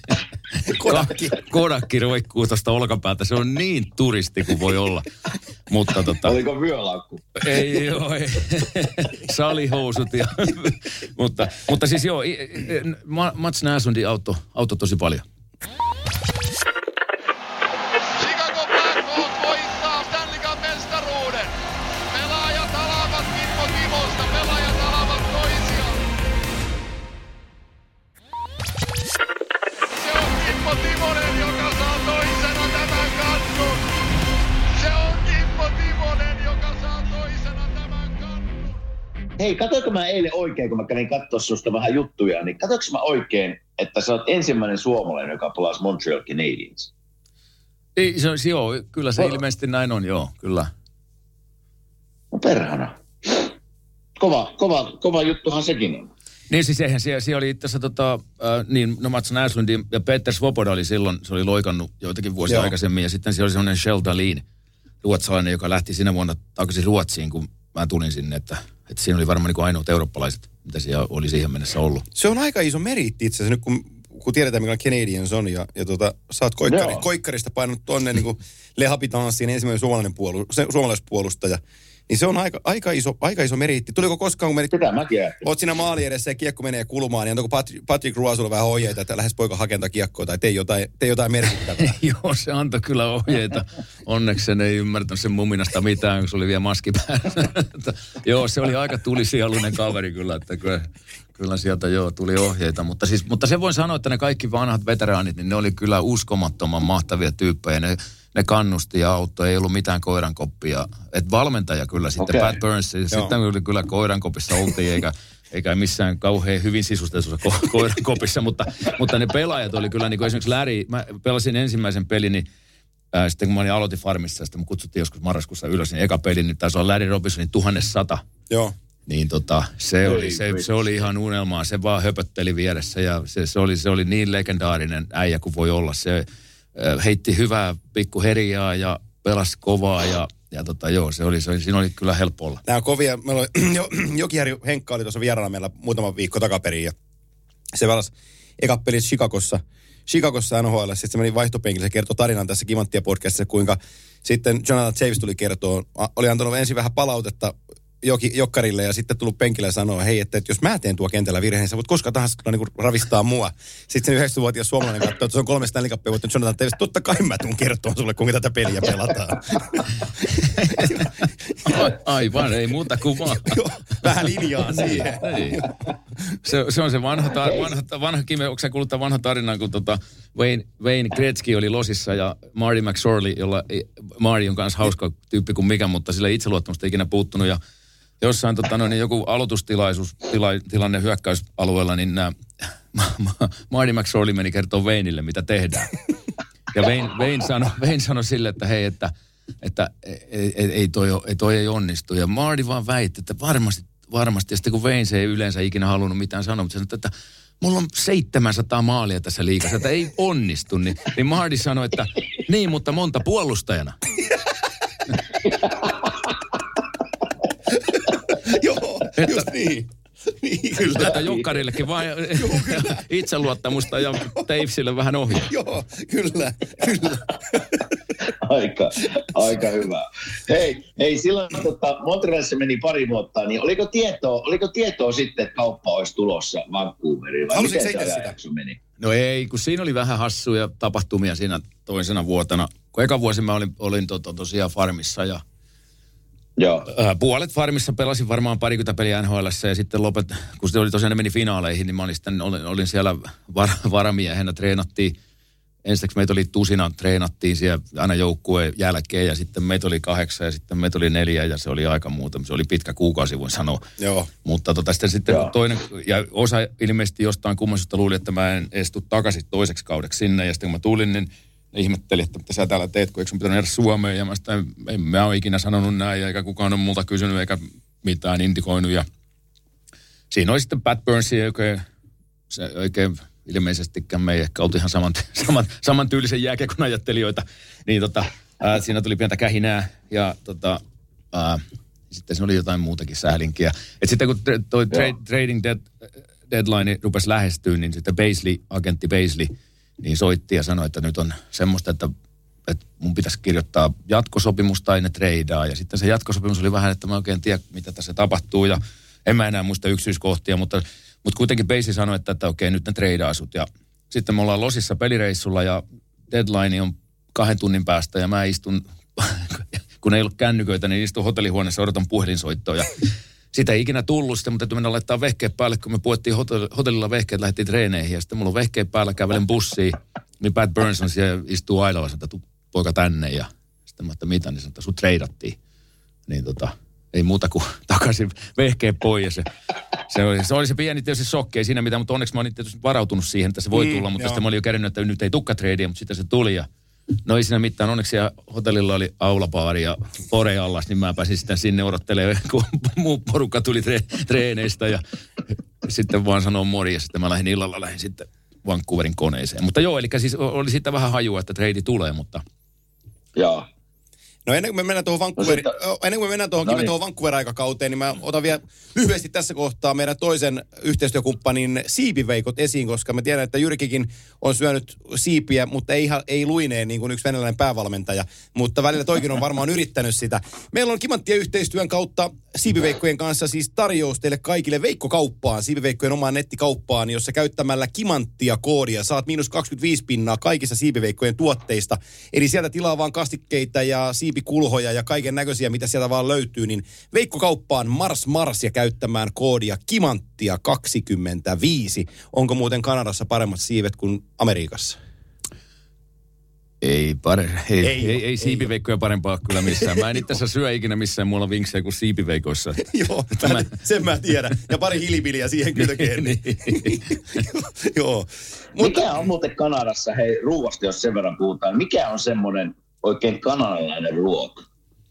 Kodakki roikkuu tuosta olkapäältä. Se on niin turisti kuin voi olla. Mutta Oliko vyölaukku? Ei. Salihousut ja mutta siis joo, Mats Näslundi auttoi tosi paljon. Hei, katsoinko mä eilen oikein, kun mä kävin katsoa susta vähän juttuja, niin katsoinko mä oikein, että sä oot ensimmäinen suomalainen, joka pelasi Montreal Canadiens? Ei, joo, kyllä se ilmeisesti näin on, joo, kyllä. No perhana. Kova juttuhan sekin on. Niin siis eihän siellä oli itse asiassa Mats Näslund ja Peter Svoboda oli silloin, se oli loikannut joitakin vuosia aikaisemmin, ja sitten siellä oli semmoinen Kjell Dahlin, ruotsalainen, joka lähti sinä vuonna takaisin Ruotsiin, kun mä tulin sinne, että siinä oli varmaan niin ainoat eurooppalaiset, mitä siellä oli siihen mennessä ollut. Se on aika iso meriitti itse asiassa, nyt kun tiedetään, mikä Canadiens on, ja sä oot koikkarista painanut tonne niin kuin Le Habitanssiin ensimmäinen suomalaispuolustaja. Niin se on aika iso meriitti. Tuliko koskaan, kun menit... Sitä mäkin ajattelin. Oot siinä maali edessä ja kiekko menee kulmaan, niin onko Patrick Roy sulla vähän ohjeita, että lähes poika hakentaa kiekkoa tai tee jotain merkittävää? Joo, se antoi kyllä ohjeita. Onneksi sen ei ymmärtänyt sen muminasta mitään, kun se oli vielä maski päässä. Joo, se oli aika tulisieluinen kaveri kyllä, että kyllä sieltä tuli ohjeita. Mutta se voin sanoa, että ne kaikki vanhat veteraanit, niin ne oli kyllä uskomattoman mahtavia tyyppejä. Ne kannusti ja auttoi, ei ollut mitään koirankoppia. Et valmentaja kyllä sitten, Pat Burns, sitten kyllä koirankopissa oltiin, eikä missään kauhean hyvin sisustetussa koirankopissa, mutta ne pelaajat oli kyllä, niin kuin esimerkiksi Larry, mä pelasin ensimmäisen pelin, niin sitten kun mä aloitin farmissa, sitten mä kutsuttiin joskus marraskuussa ylös, niin eka peli, niin taisi olla Larry Robinsonin 1100. Joo. Niin se oli ihan unelmaa, se vaan höpötteli vieressä ja se oli niin legendaarinen äijä kuin voi olla. Se heitti hyvää pikkuherjaa ja pelasi kovaa ja siinä oli kyllä helppo olla. Nämä on kovia. Meillä oli Jokijärvi Henkka oli tuossa vieraana meillä muutama viikko takaperin ja se pelasi ekat pelit Chicagossa NHL. Sitten se meni vaihtopenkille, se kertoi tarinan tässä Kimanttia-podcastissa, kuinka sitten Jonathan Toews tuli kertoa, oli antanut ensin vähän palautetta Jokkarille ja sitten tullut penkille ja sanoo, hei, että jos mä teen tuo kentällä virheen, sä voit koska tahansa niin kuin ravistaa mua. Sitten sen 9-vuotias suomalainen katsoo, että se on 3 Stanley Cupia, mutta Jonathan Toews, totta kai mä tuun kertoa sulle, kuinka tätä peliä pelataan. Aivan, ei muuta kuin vaan. Vähän linjaa siihen. Se on se vanha Kime, onko sä kuullut tämän vanhan tarinan, kun Wayne Gretzky oli losissa ja Marty McSorley, jolla Marty on kanssa hauska tyyppi kuin mikä, mutta sillä ei itseluottamusta ikinä puuttunut ja jossain joku aloitustilanne hyökkäysalueella, niin Marty McSorley meni kertoa Wayneille, mitä tehdään. Ja Wayne sanoi sille, että hei, että ei toi onnistu. Ja Marty vaan väitti, että varmasti. Ja sitten kun Wayne se ei yleensä ikinä halunnut mitään sanoa, mutta sanoi, että mulla on 700 maalia tässä liigassa, että ei onnistu. Niin Marty sanoi, että niin, mutta monta puolustajana. Joo, just niin. Niin, kyllä. Että Jokkarillekin vaan itseluottamusta ja Tavesille vähän ohjaa. Joo, kyllä. Aika hyvä. Hei silloin Montrealissa meni pari vuotta, niin oliko tietoa sitten, että kauppa olisi tulossa Vancouveriin? Halusitko itse sitä? Meni? No ei, kun siinä oli vähän hassuja tapahtumia siinä toisena vuotena, kun eka vuosi mä olin tosiaan farmissa ja joo. Puolet farmissa pelasin varmaan 20 peliä NHL:ssä ja sitten kun se oli tosiaan ne meni finaaleihin, niin mä olin siellä varamiehenä, treenattiin. Ensiksi meitä oli tusina, treenattiin siellä aina joukkueen jälkeen ja sitten meitä oli 8 ja sitten meitä oli 4 ja se oli aika muuta. Se oli pitkä kuukausi, voin sanoa. Joo. Mutta sitten toinen, ja osa ilmeisesti jostain kummallisesta luuli, että mä en edes tule takaisin toiseksi kaudeksi sinne. Ja sitten kun mä tulin, niin ne ihmetteli, että mitä sä täällä teet, kun eikö sun pitänyt jäädä Suomeen. Ja mä sitä, en mä ole ikinä sanonut näin, eikä kukaan ole multa kysynyt, eikä mitään indikoinut. Ja siinä oli sitten Pat Burns, oikein ilmeisestikään me ei ehkä oltu ihan samantyylisen jääkiekon ajattelijoita. Niin siinä tuli pientä kähinää ja sitten siinä oli jotain muutakin sählinkiä. Et sitten kun toi trading deadline rupesi lähestyä, niin sitten agentti Paisley, niin soitti ja sanoi, että nyt on semmoista, että mun pitäisi kirjoittaa jatkosopimus tai ne treidaa. Ja sitten se jatkosopimus oli vähän, että mä oikein tiedä, mitä tässä tapahtuu. Ja en mä enää muista yksityiskohtia, mutta kuitenkin Paisley sanoi, että okei, nyt ne treidaa sut. Ja sitten me ollaan Losissa pelireissulla ja deadline on 2 tunnin päästä ja mä istun, kun ei ollut kännyköitä, niin istun hotellihuoneessa, odotan puhelinsoittoa ja sitä ei ikinä tullut. Sitten mun täytyy mennä laittaa vehkeet päälle, kun me puettiin hotellilla vehkeet, lähdettiin treeneihin ja sitten mulla on vehkeet päällä, kävelen bussiin, niin Pat Burns on siellä, istuu aidalla, sanoo, että poika tänne ja sitten mä, että mitä, niin sanoo, että sut treidattiin. Niin ei muuta kuin takaisin vehkeen pois. Se oli se pieni tietysti shokki, ei siinä mitään, mutta onneksi mä olin tietysti varautunut siihen, että se voi tulla, mutta sitten mä olin jo kerännyt, että nyt ei tukka treidiä, mutta sitten se tuli ja no ei siinä mitään. Onneksi siellä hotellilla oli aulapaari ja pore allas, niin mä pääsin sitten sinne odottelemaan, kun muu porukka tuli treeneistä ja sitten vaan sanoo mori ja sitten mä illalla sitten Vancouverin koneeseen. Mutta joo, eli siis oli sitten vähän hajua, että treidi tulee, mutta joo. No ennen kuin me mennään tuohon Vancouver-aikakauteen, niin mä otan vielä lyhyesti tässä kohtaa meidän toisen yhteistyökumppanin siipiveikot esiin, koska mä tiedän, että Jyrkikin on syönyt siipiä, mutta ei luineen niin kuin yksi venäläinen päävalmentaja, mutta välillä toikin on varmaan yrittänyt sitä. Meillä on Kimanttia yhteistyön kautta siipiveikkojen kanssa siis tarjous teille kaikille Veikko-kauppaan, siipiveikkojen omaan nettikauppaan, jossa käyttämällä Kimanttia-koodia saat -25% kaikissa siipiveikkojen tuotteista. Eli sieltä tilaa vaan kastikkeita ja siipikulhoja ja kaiken näköisiä, mitä sieltä vaan löytyy, niin Veikko-kauppaan mars ja käyttämään koodia Kimanttia25. Onko muuten Kanadassa paremmat siivet kuin Amerikassa? Ei siipiveikkoja parempaa kyllä missään. Mä en itse asiassa syö ikinä missään muulla vinksejä kuin siipiveikoissa. Joo, sen mä tiedän. Ja pari hilipiliä siihen kylkeen. Joo. Mikä on muuten Kanadassa, hei ruuasta jos sen verran puhutaan, mikä on semmoinen oikein kanadalainen ruoka?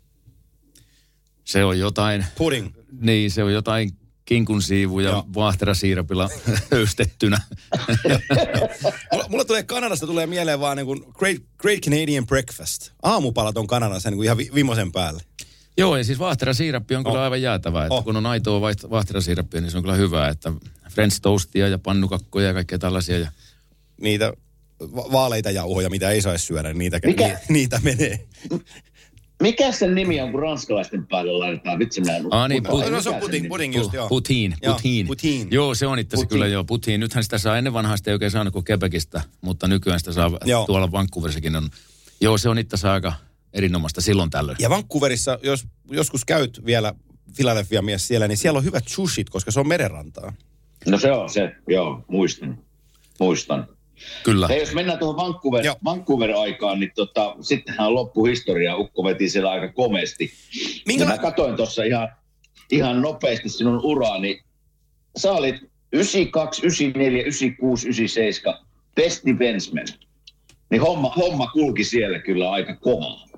Se on jotain... Pudding. Niin, se on jotain kinkunsiivuja vaahterasiirapilla höystettynä. Mulla Kanadasta mieleen vaan niin kuin Great Canadian Breakfast. Aamupalat on Kanadassa niin kuin ihan vimosen päälle. Joo, ja siis vaahterasiirappi on kyllä aivan jäätävää. Että kun on aitoa vaahterasiirappia, niin se on kyllä hyvää. Että French toastia ja pannukakkoja ja kaikkea tällaisia. Ja... Niitä vaaleita jauhoja, mitä ei saisi syödä, niitä menee. Mikä sen nimi on, kun ranskalaisten päälle laitetaan? Vitsi, minä en se on pudding just, joo. Poutine. Joo, se on itse kyllä joo, poutine. Nythän sitä saa ennen vanhaista ei oikein saanut kuin Quebecistä, mutta nykyään sitä saa tuolla Vancouverissakin on. Joo, se on itse asiassa aika erinomaista silloin tällöin. Ja Vancouverissa, jos joskus käyt vielä Philadelphia mies siellä, niin siellä on hyvät sushit, koska se on merenrantaa. No se on se, joo, muistan. Kyllä. Hei, jos mennään tuohon Vancouver-aikaan, niin sittenhän on loppuhistoria. Ukko veti siellä aika komeasti. Mä katsoin tuossa ihan nopeasti sinun uraani. Sä olit 92, 94, 96, 97 best defenseman. Niin homma kulki siellä kyllä aika kovaa.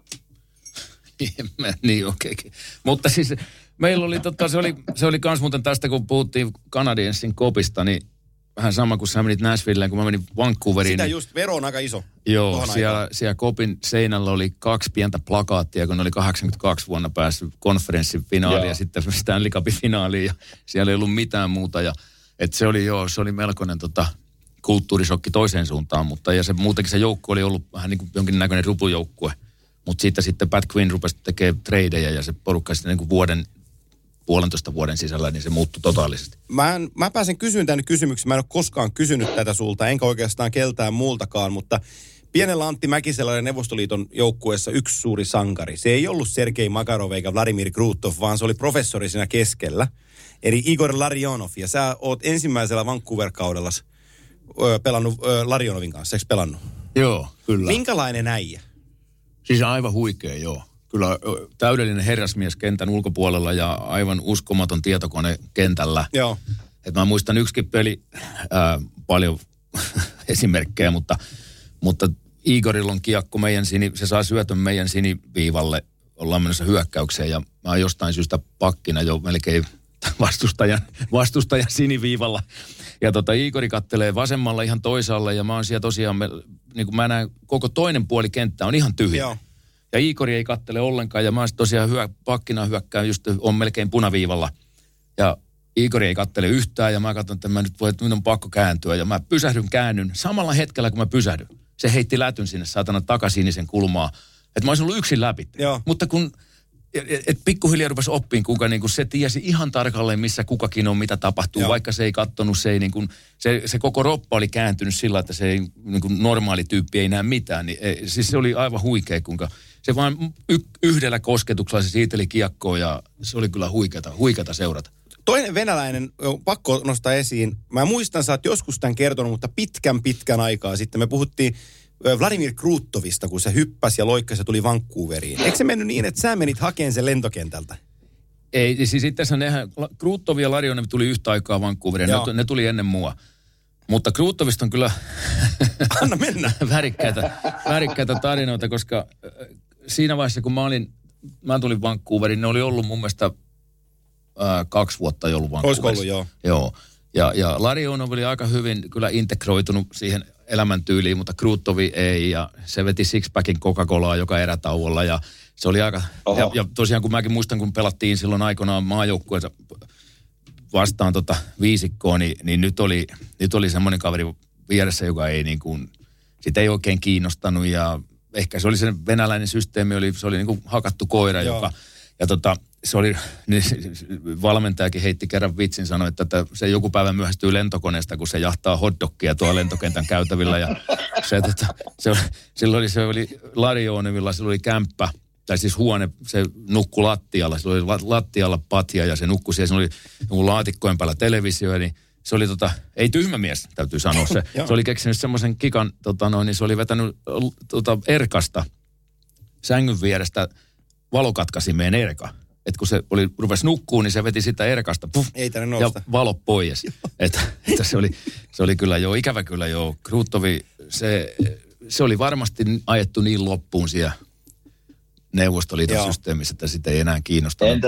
Niin okei. Mutta siis meillä oli, se oli kans muuten tästä, kun puhuttiin Canadiensin kopista, niin vähän sama kuin sä menit Nashvilleen, kun mä menin Vancouveriin. Sitä just, vero on aika iso. Joo, siellä kopin seinällä oli 2 pientä plakaattia, kun ne oli 82 vuonna päässyt konferenssin finaaliin ja sitten Stanley Cupin finaaliin ja siellä ei ollut mitään muuta. Ja, et se oli melkoinen kulttuurisokki toiseen suuntaan, mutta ja se muutenkin se joukko oli ollut vähän niin kuin jonkinnäköinen rupujoukkue. Mutta sitten Pat Quinn rupesi tekemään tradeja ja se porukka sitten niin kuin 1,5 vuoden sisällä, niin se muuttui totaalisesti. Mä pääsen kysyyn tänne kysymyksen. Mä en ole koskaan kysynyt tätä sulta, enkä oikeastaan keltään muultakaan, mutta Pienellä Antti Mäkisellä oli Neuvostoliiton joukkueessa yksi suuri sankari. Se ei ollut Sergei Makarov eikä Vladimir Krutov, vaan se oli professori siinä keskellä. Eli Igor Larionov. Ja sä oot ensimmäisellä Vancouver-kaudella pelannut Larionovin kanssa, eikö pelannut? Joo, kyllä. Minkälainen äijä? Siis aivan huikea, joo. Kyllä täydellinen herrasmies kentän ulkopuolella ja aivan uskomaton tietokone kentällä. Joo. Et mä muistan yksikin peli, paljon esimerkkejä, mutta Igorilla on kiekko se saa syötön meidän siniviivalle, ollaan menossa hyökkäykseen ja mä oon jostain syystä pakkina jo melkein vastustajan siniviivalla. Ja Igori kattelee vasemmalla ihan toisaalle ja mä oon siellä tosiaan, niin kuin mä näen, koko toinen puoli kenttää on ihan tyhjä. Joo. Ja Igori ei kattele ollenkaan ja mä oon tosiaan pakkina hyökkään, just on melkein punaviivalla. Ja Igori ei kattele yhtään ja mä katson, että minun on pakko kääntyä. Ja mä käännyn. Samalla hetkellä, kun mä pysähdyn, se heitti lätyn sinne saatana takasinisen kulmaa. Että mä olisin ollut yksin läpi. Joo. Mutta kun pikkuhiljaa rupesi oppiin, kuinka niin kuin se tiesi ihan tarkalleen, missä kukakin on, mitä tapahtuu. Joo. Vaikka se ei kattonut, se koko roppa oli kääntynyt sillä, että se ei, niin kuin normaali tyyppi ei näe mitään. Niin, siis se oli aivan huikea, kuinka se vaan yhdellä kosketuksella se siiteli kiekkoa ja se oli kyllä huikeata seurata. Toinen venäläinen, pakko nostaa esiin. Mä muistan, sä oot joskus tämän kertonut, mutta pitkän aikaa sitten me puhuttiin Vladimir Krutovista, kun se hyppäsi ja loikkasi ja tuli Vancouveriin. Eikö se mennyt niin, että sä menit hakemaan sen lentokentältä? Ei, siis itse asiassa Krutov ja Larionov tuli yhtä aikaa Vancouveriin. Ne tuli ennen mua. Mutta Krutovista on kyllä anna mennä. värikkäitä tarinoita, koska siinä vaiheessa, kun mä tulin Vancouveriin, ne oli ollut mun mielestä 2 vuotta jo ollut Vancouverissa. Olisiko ollut, joo. Ja Larionov oli aika hyvin kyllä integroitunut siihen elämäntyyliin, mutta Krutovi ei. Ja se veti sixpackin Coca-Colaa joka erätauolla. Ja se oli aika... Ja tosiaan kun mäkin muistan, kun pelattiin silloin aikanaan maajoukkueessa vastaan viisikkoa, niin nyt oli semmoinen kaveri vieressä, joka ei niin kuin... Sitä ei oikein kiinnostanut ja ehkä se oli se venäläinen systeemi, se oli niin kuin hakattu koira, joka... Ja se oli, niin valmentajakin heitti kerran vitsin, sanoi, että se joku päivä myöhästyy lentokoneesta, kun se jahtaa hotdogkia tuolla lentokentän käytävillä. Ja se oli Larionovilla, sillä oli kämppä, tai siis huone, se nukkui lattialla. Sillä oli lattialla patja ja se nukkui siellä, siinä oli laatikkojen päällä televisio, niin se oli ei tyhmä mies, täytyy sanoa. Se oli keksinyt semmoisen kikan, niin se oli vetänyt erkasta sängyn vierestä valokatkasimeen erka. Että kun se rupesi nukkuun, niin se veti sitä erkasta ja valo pois. että se oli kyllä ikävä kyllä Krutovi, se oli varmasti ajettu niin loppuun siellä Neuvostoliiton systeemissä, että sitä ei enää kiinnostanut.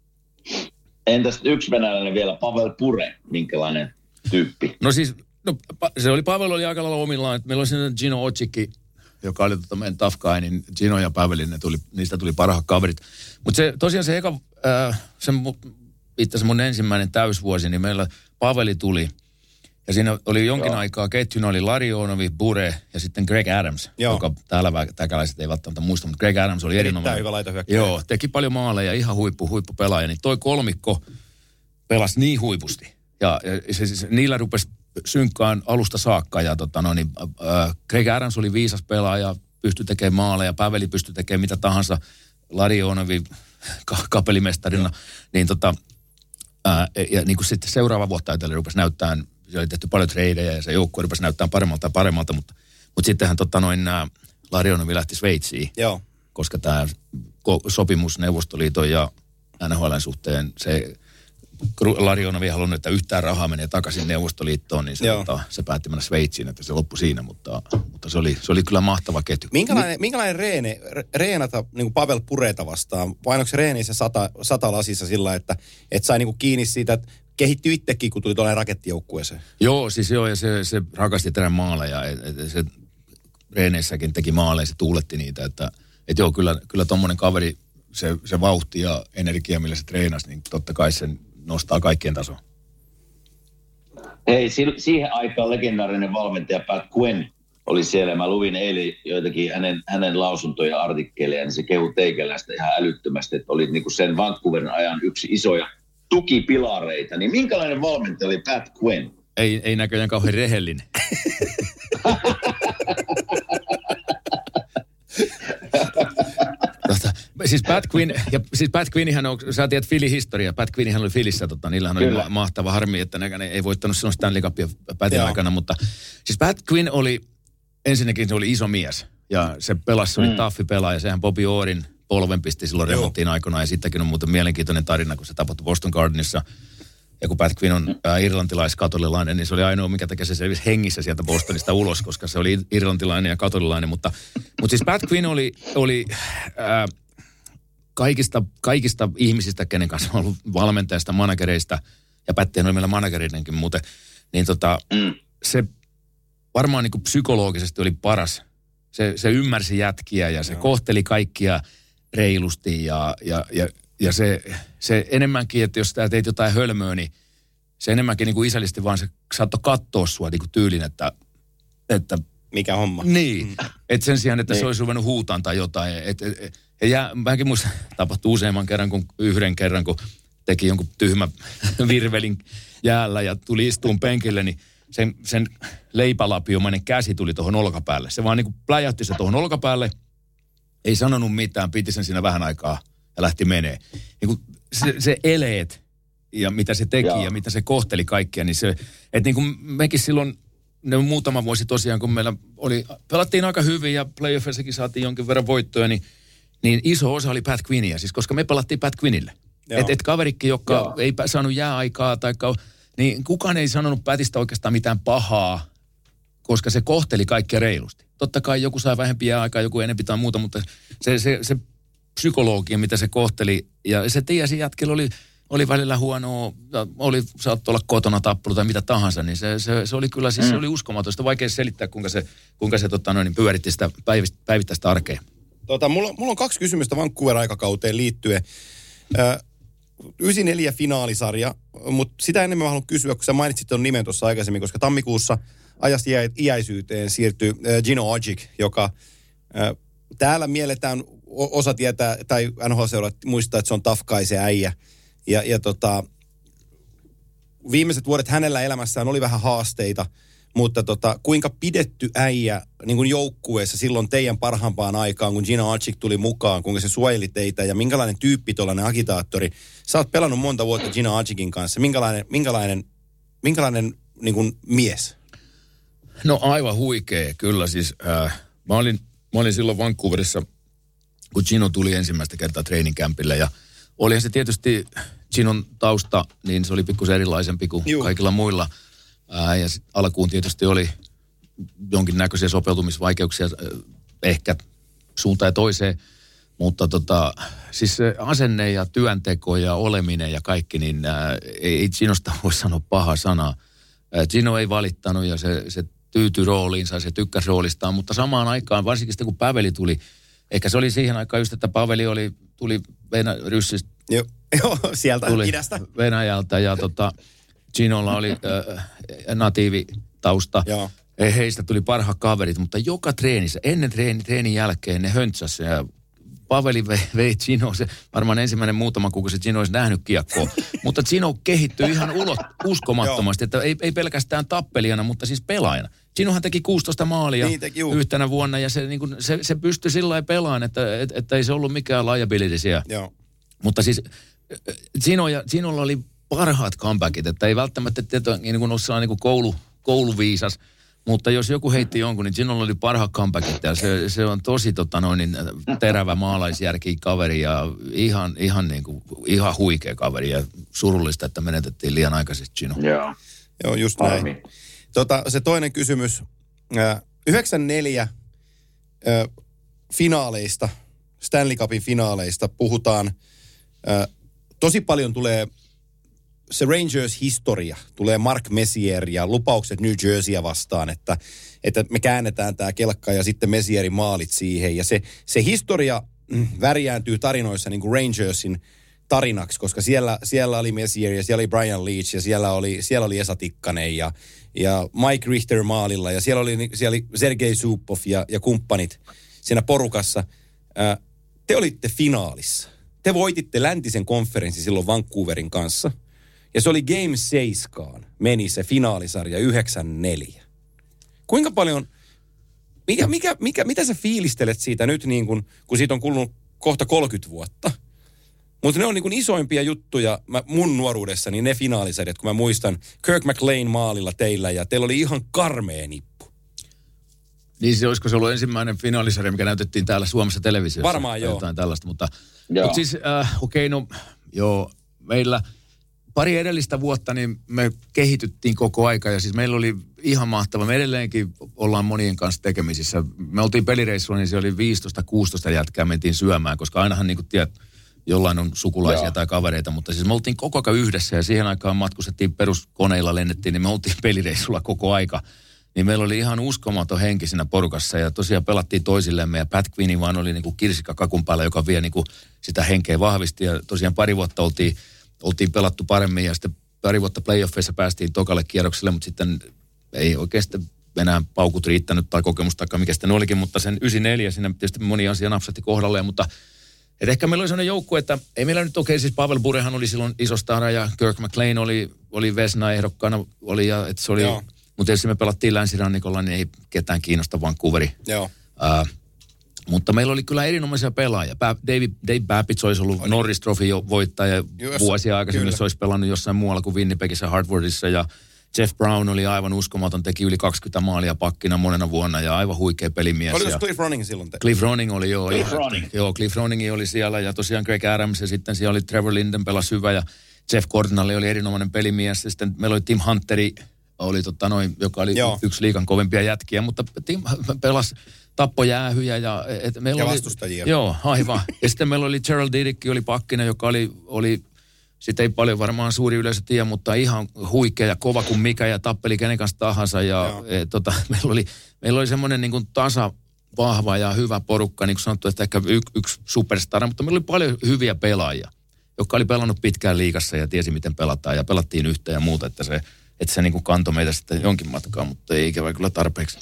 Entäs yksi venäläinen vielä, Pavel Bure, minkälainen tyyppi? Pavel oli aika lailla omillaan, että meillä oli siinä Gino Otsikki, joka oli meidän tough guy, niin Gino ja Pavelin, niistä tuli parhaat kaverit. Mutta tosiaan se eka, itse asiassa mun ensimmäinen täysvuosi, niin meillä Paveli tuli. Ja siinä oli jonkin aikaa ketjuna oli Larionovi, Bure ja sitten Greg Adams, joka täällä täkäläiset ei välttämättä muista, mutta Greg Adams oli erinomainen. Hyvä laitohyökkäjä. Joo, teki paljon maaleja, ihan huippupelaaja. Niin toi kolmikko pelasi niin huipusti. Ja niillä rupesi synkkaan alusta saakka. Ja Greg Adams oli viisas pelaaja, pystyi tekemään maaleja, Paveli pystyi tekemään mitä tahansa. Larionovi kapelimestarina. Niin ja niin kuin sitten seuraava vuotta ajatellen rupesi näyttämään, se oli tehty paljon treidejä ja se joukkue rupesi näyttämään paremmalta, mutta sittenhän Larionovi lähti Sveitsiin. Joo. Koska tämä sopimus Neuvostoliiton ja NHL:n suhteen, se Larionovi ei halunnut, että yhtään rahaa menee takaisin Neuvostoliittoon, niin se päätti mennä Sveitsiin, että se loppui siinä, mutta se oli kyllä mahtava ketju. Minkälainen reenata niin kuin Pavel Bureta vastaan? Painoiko se reenissä 100 lasissa sillä, että sai niin kuin kiinni siitä, että kehittyi itsekin, kun tuli tuollainen rakettijoukkueeseen? Joo, siis ja se rakasti terän maaleja, se reeneissäkin teki maaleja, se tuuletti niitä, että joo, kyllä tommonen kaveri, se vauhti ja energia, millä se treenasi, niin totta kai sen nostaa kaikkien tasoa. Hei, siihen aikaan legendaarinen valmentaja Pat Quinn oli siellä. Mä luvin eilen joitakin hänen lausuntoja, artikkeleja, niin se kehui teikäläistä ihan älyttömästi, että oli niinku sen Vancouverin ajan yksi isoja tukipilareita. Niin minkälainen valmentaja oli Pat Quinn? Ei näköjään kauhean rehellinen. Siis Pat Quinnihän on, sä tiedät Philly-historia. Pat Quinnihän oli Phillyssä, niillähän oli mahtava harmi, että ne ei voittanut silloin Stanley Cupia Patin aikana, mutta siis Pat Quinn oli, ensinnäkin se oli iso mies ja se pelasi, se oli taffi pelaaja, sehän Bobby Orrin polven pisti silloin remonttiin aikana ja sittenkin on muuten mielenkiintoinen tarina, kun se tapahtui Boston Gardenissa. Ja kun Pat Quinn on irlantilais-katolilainen, niin se oli ainoa, mikä takia se selvisi hengissä sieltä Bostonista ulos, koska se oli irlantilainen ja katolilainen. Mutta siis Pat Quinn oli kaikista ihmisistä, kenen kanssa on ollut valmentajista, managereista, ja Pättien oli meillä manageridenkin muuten, niin se varmaan niin kuin psykologisesti oli paras. Se ymmärsi jätkiä ja se kohteli kaikkia reilusti ja se enemmänkin, että jos sä teit jotain hölmöä, niin se enemmänkin niin kuin isällisesti vaan se saattoi katsoa sua niin kuin tyylin, että mikä homma. Niin, että sen sijaan, että se olisi ruvennut huutaan tai jotain. Mäkin muistan, tapahtui useamman kerran kuin yhden kerran, kun teki jonkun tyhmä virvelin jäällä ja tuli istuun penkille, niin sen leipälapiomainen käsi tuli tuohon olkapäälle. Se vaan niin kuin pläjähti se tuohon olkapäälle, ei sanonut mitään, piti sen siinä vähän aikaa ja lähti menee. Niin kuin se eleet ja mitä se teki ja mitä se kohteli kaikkia, niin se, että niin kuin mekin silloin, ne muutama vuosi tosiaan, kun meillä pelattiin aika hyvin ja playoffissakin saatiin jonkin verran voittoja, niin iso osa oli Pat Quinnia, siis koska me pelattiin Pat Quinnille. Että kaverikki, joka ei saanut jääaikaa, niin kukaan ei sanonut Patista oikeastaan mitään pahaa, koska se kohteli kaikkia reilusti. Totta kai joku sai vähempi jääaikaa, joku enempi tai muuta, mutta se psykologia, mitä se kohteli, ja se tiesi jätkellä oli välillä huonoa, saattoi olla kotona tappelu tai mitä tahansa, niin se oli kyllä, siis se oli uskomatonta. Vaikea selittää, kuinka se pyöritti sitä päivittäistä arkea. Mulla on 2 kysymystä Vancouver-aikakauteen liittyen. 94 finaalisarja, mutta sitä ennen mä haluan kysyä, kun sä mainitsit ton nimen tuossa aikaisemmin, koska tammikuussa ajasta iäisyyteen siirtyi Gino Odjick, joka täällä mielletään, osa tietää, tai NHL-seurat muistaa, että se on tafkaisen äijä. Ja viimeiset vuodet hänellä elämässään oli vähän haasteita, mutta kuinka pidetty äijä niin kuin joukkueessa silloin teidän parhaampaan aikaan, kun Gino Odjick tuli mukaan, kuinka se suojeli teitä ja minkälainen tyyppi tuollainen agitaattori. Sä oot pelannut monta vuotta Gino Odjickin kanssa. Minkälainen niin kuin mies? No aivan huikea, kyllä siis. Mä olin silloin Vancouverissa, kun Gino tuli ensimmäistä kertaa training campille ja olihan se tietysti Ginon tausta, niin se oli pikkusen erilaisempi kuin kaikilla muilla. Ja alkuun tietysti oli jonkinnäköisiä sopeutumisvaikeuksia ehkä suuntaan ja toiseen. Mutta siis se asenne ja työnteko ja oleminen ja kaikki, niin ei Ginosta voi sanoa paha sanaa. Gino ei valittanut ja se tyytyi rooliinsa, se tykkäsi roolistaan, mutta samaan aikaan, varsinkin sitten kun Paveli tuli, ehkä se oli siihen aikaan just, että Paveli tuli Ryssistä. Joo, sieltä idästä. Venäjältä ja Ginolla oli natiivitausta. Joo. Heistä tuli parhaat kaverit, mutta joka treenissä, ennen treenin jälkeen ne höntsäsi ja Paveli vei Gino, se varmaan ensimmäinen muutama kuukausi Gino olisi nähnyt kiekkoa. Mutta Gino kehittyi ihan uskomattomasti, että ei pelkästään tappelijana, mutta siis pelaajana. Ginohan teki 16 maalia yhtenä vuonna ja se pystyi sillä lailla pelaamaan, että ei se ollut mikään liability siellä. Joo. Mutta siis Ginolla oli parhaat comebackit, että ei välttämättä niin kuin ole niin kuin kouluviisas, mutta jos joku heitti jonkun, niin Ginolla oli parhaat comebackit ja se on tosi terävä maalaisjärki kaveri ja ihan huikea kaveri ja surullista, että menetettiin liian aikaisesti Gino. Joo, just näin. Se toinen kysymys. 94 finaaleista, Stanley Cupin finaaleista puhutaan. Tosi paljon tulee se Rangers-historia. Tulee Mark Messier ja lupaukset New Jerseyä vastaan, että me käännetään tämä kelkka ja sitten Messierin maalit siihen. Ja se historia värjääntyy tarinoissa niin kuin Rangersin tarinaksi, koska siellä oli Messier ja siellä oli Brian Leach ja siellä oli Esa Tikkanen ja Mike Richter maalilla ja siellä oli Sergei Zubov ja kumppanit siinä porukassa. Te olitte finaalissa. Te voititte läntisen konferenssin silloin Vancouverin kanssa. Ja se oli Game 7, meni se finaalisarja 9-4. Kuinka paljon, mitä sä fiilistelet siitä nyt, niin kun siitä on kulunut kohta 30 vuotta. Mutta ne on niin kuin isoimpia juttuja mun nuoruudessani, ne finaalisarjat, kun mä muistan Kirk McLean maalilla teillä ja teillä oli ihan karmea nippu. Niin se olisiko se ollut ensimmäinen finaalisarja, mikä näytettiin täällä Suomessa televisiossa. Varmaan joo. Jotain tällaista, mutta siis meillä pari edellistä vuotta niin me kehityttiin koko aika ja siis meillä oli ihan mahtava. Me edelleenkin ollaan monien kanssa tekemisissä. Me oltiin pelireissulla, niin se oli 15-16 jätkää mentiin syömään, koska ainahan niin kuin tiedät, jollain on sukulaisia tai kavereita, mutta siis me oltiin koko ajan yhdessä ja siihen aikaan matkustettiin peruskoneilla, lennettiin, niin me oltiin pelireissulla koko aika. Niin meillä oli ihan uskomaton henki siinä porukassa ja tosiaan pelattiin toisillemme ja Pat Quinn vaan oli niin kuin kirsikka kakun päällä, joka vie niin kuin sitä henkeä vahvisti ja tosiaan pari vuotta oltiin pelattu paremmin ja sitten pari vuotta playoffeissa päästiin tokalle kierrokselle, mutta sitten ei oikeastaan enää paukut riittänyt tai kokemustakaan, mikä sitten olikin, mutta sen 94 siinä tietysti moni asia napsatti kohdalleen, mutta et ehkä meillä oli sellainen joukku, että ei meillä nyt siis Pavel Burehan oli silloin iso stara ja Kirk McLean oli Vesna-ehdokkaana, se oli, mutta jos me pelattiin länsirannikolla, niin ei ketään kiinnosta Vancouveri. Joo. Mutta meillä oli kyllä erinomaisia pelaajia. Dave Babbitt olisi ollut Norris Trophy voittaja vuosia aikaisemmin, se olisi pelannut jossain muualla kuin Winnipegissä, Hartfordissa ja Jeff Brown oli aivan uskomaton, teki yli 20 maalia pakkina monena vuonna ja aivan huikea pelimies. Oliko Cliff Ronning silloin? Cliff Ronning oli, joo. Cliff Ronning oli siellä ja tosiaan Greg Adams ja sitten siellä oli Trevor Linden pelasi hyvä ja Jeff Gordonalli oli erinomainen pelimies. Ja sitten meillä oli Tim Hunteri, joka oli yksi liigan kovempia jätkiä, mutta Tim pelasi tappojäähyjä ja meillä vastustajia. Joo, aivan. Ja sitten meillä oli Gerald Didick, oli pakkina, joka oli sitä ei paljon varmaan suuri yleisö tiedä, mutta ihan huikea ja kova kuin mikä ja tappeli kenen kanssa tahansa. Ja meillä oli semmoinen niin kuin vahva ja hyvä porukka, niin kuin sanottu, että ehkä yksi superstara, mutta meillä oli paljon hyviä pelaajia, jotka oli pelannut pitkään liigassa ja tiesi miten pelataan ja pelattiin yhteen ja muuta, että se niin kuin kantoi meitä sitten jonkin matkaa, mutta ei ikävä kyllä tarpeeksi.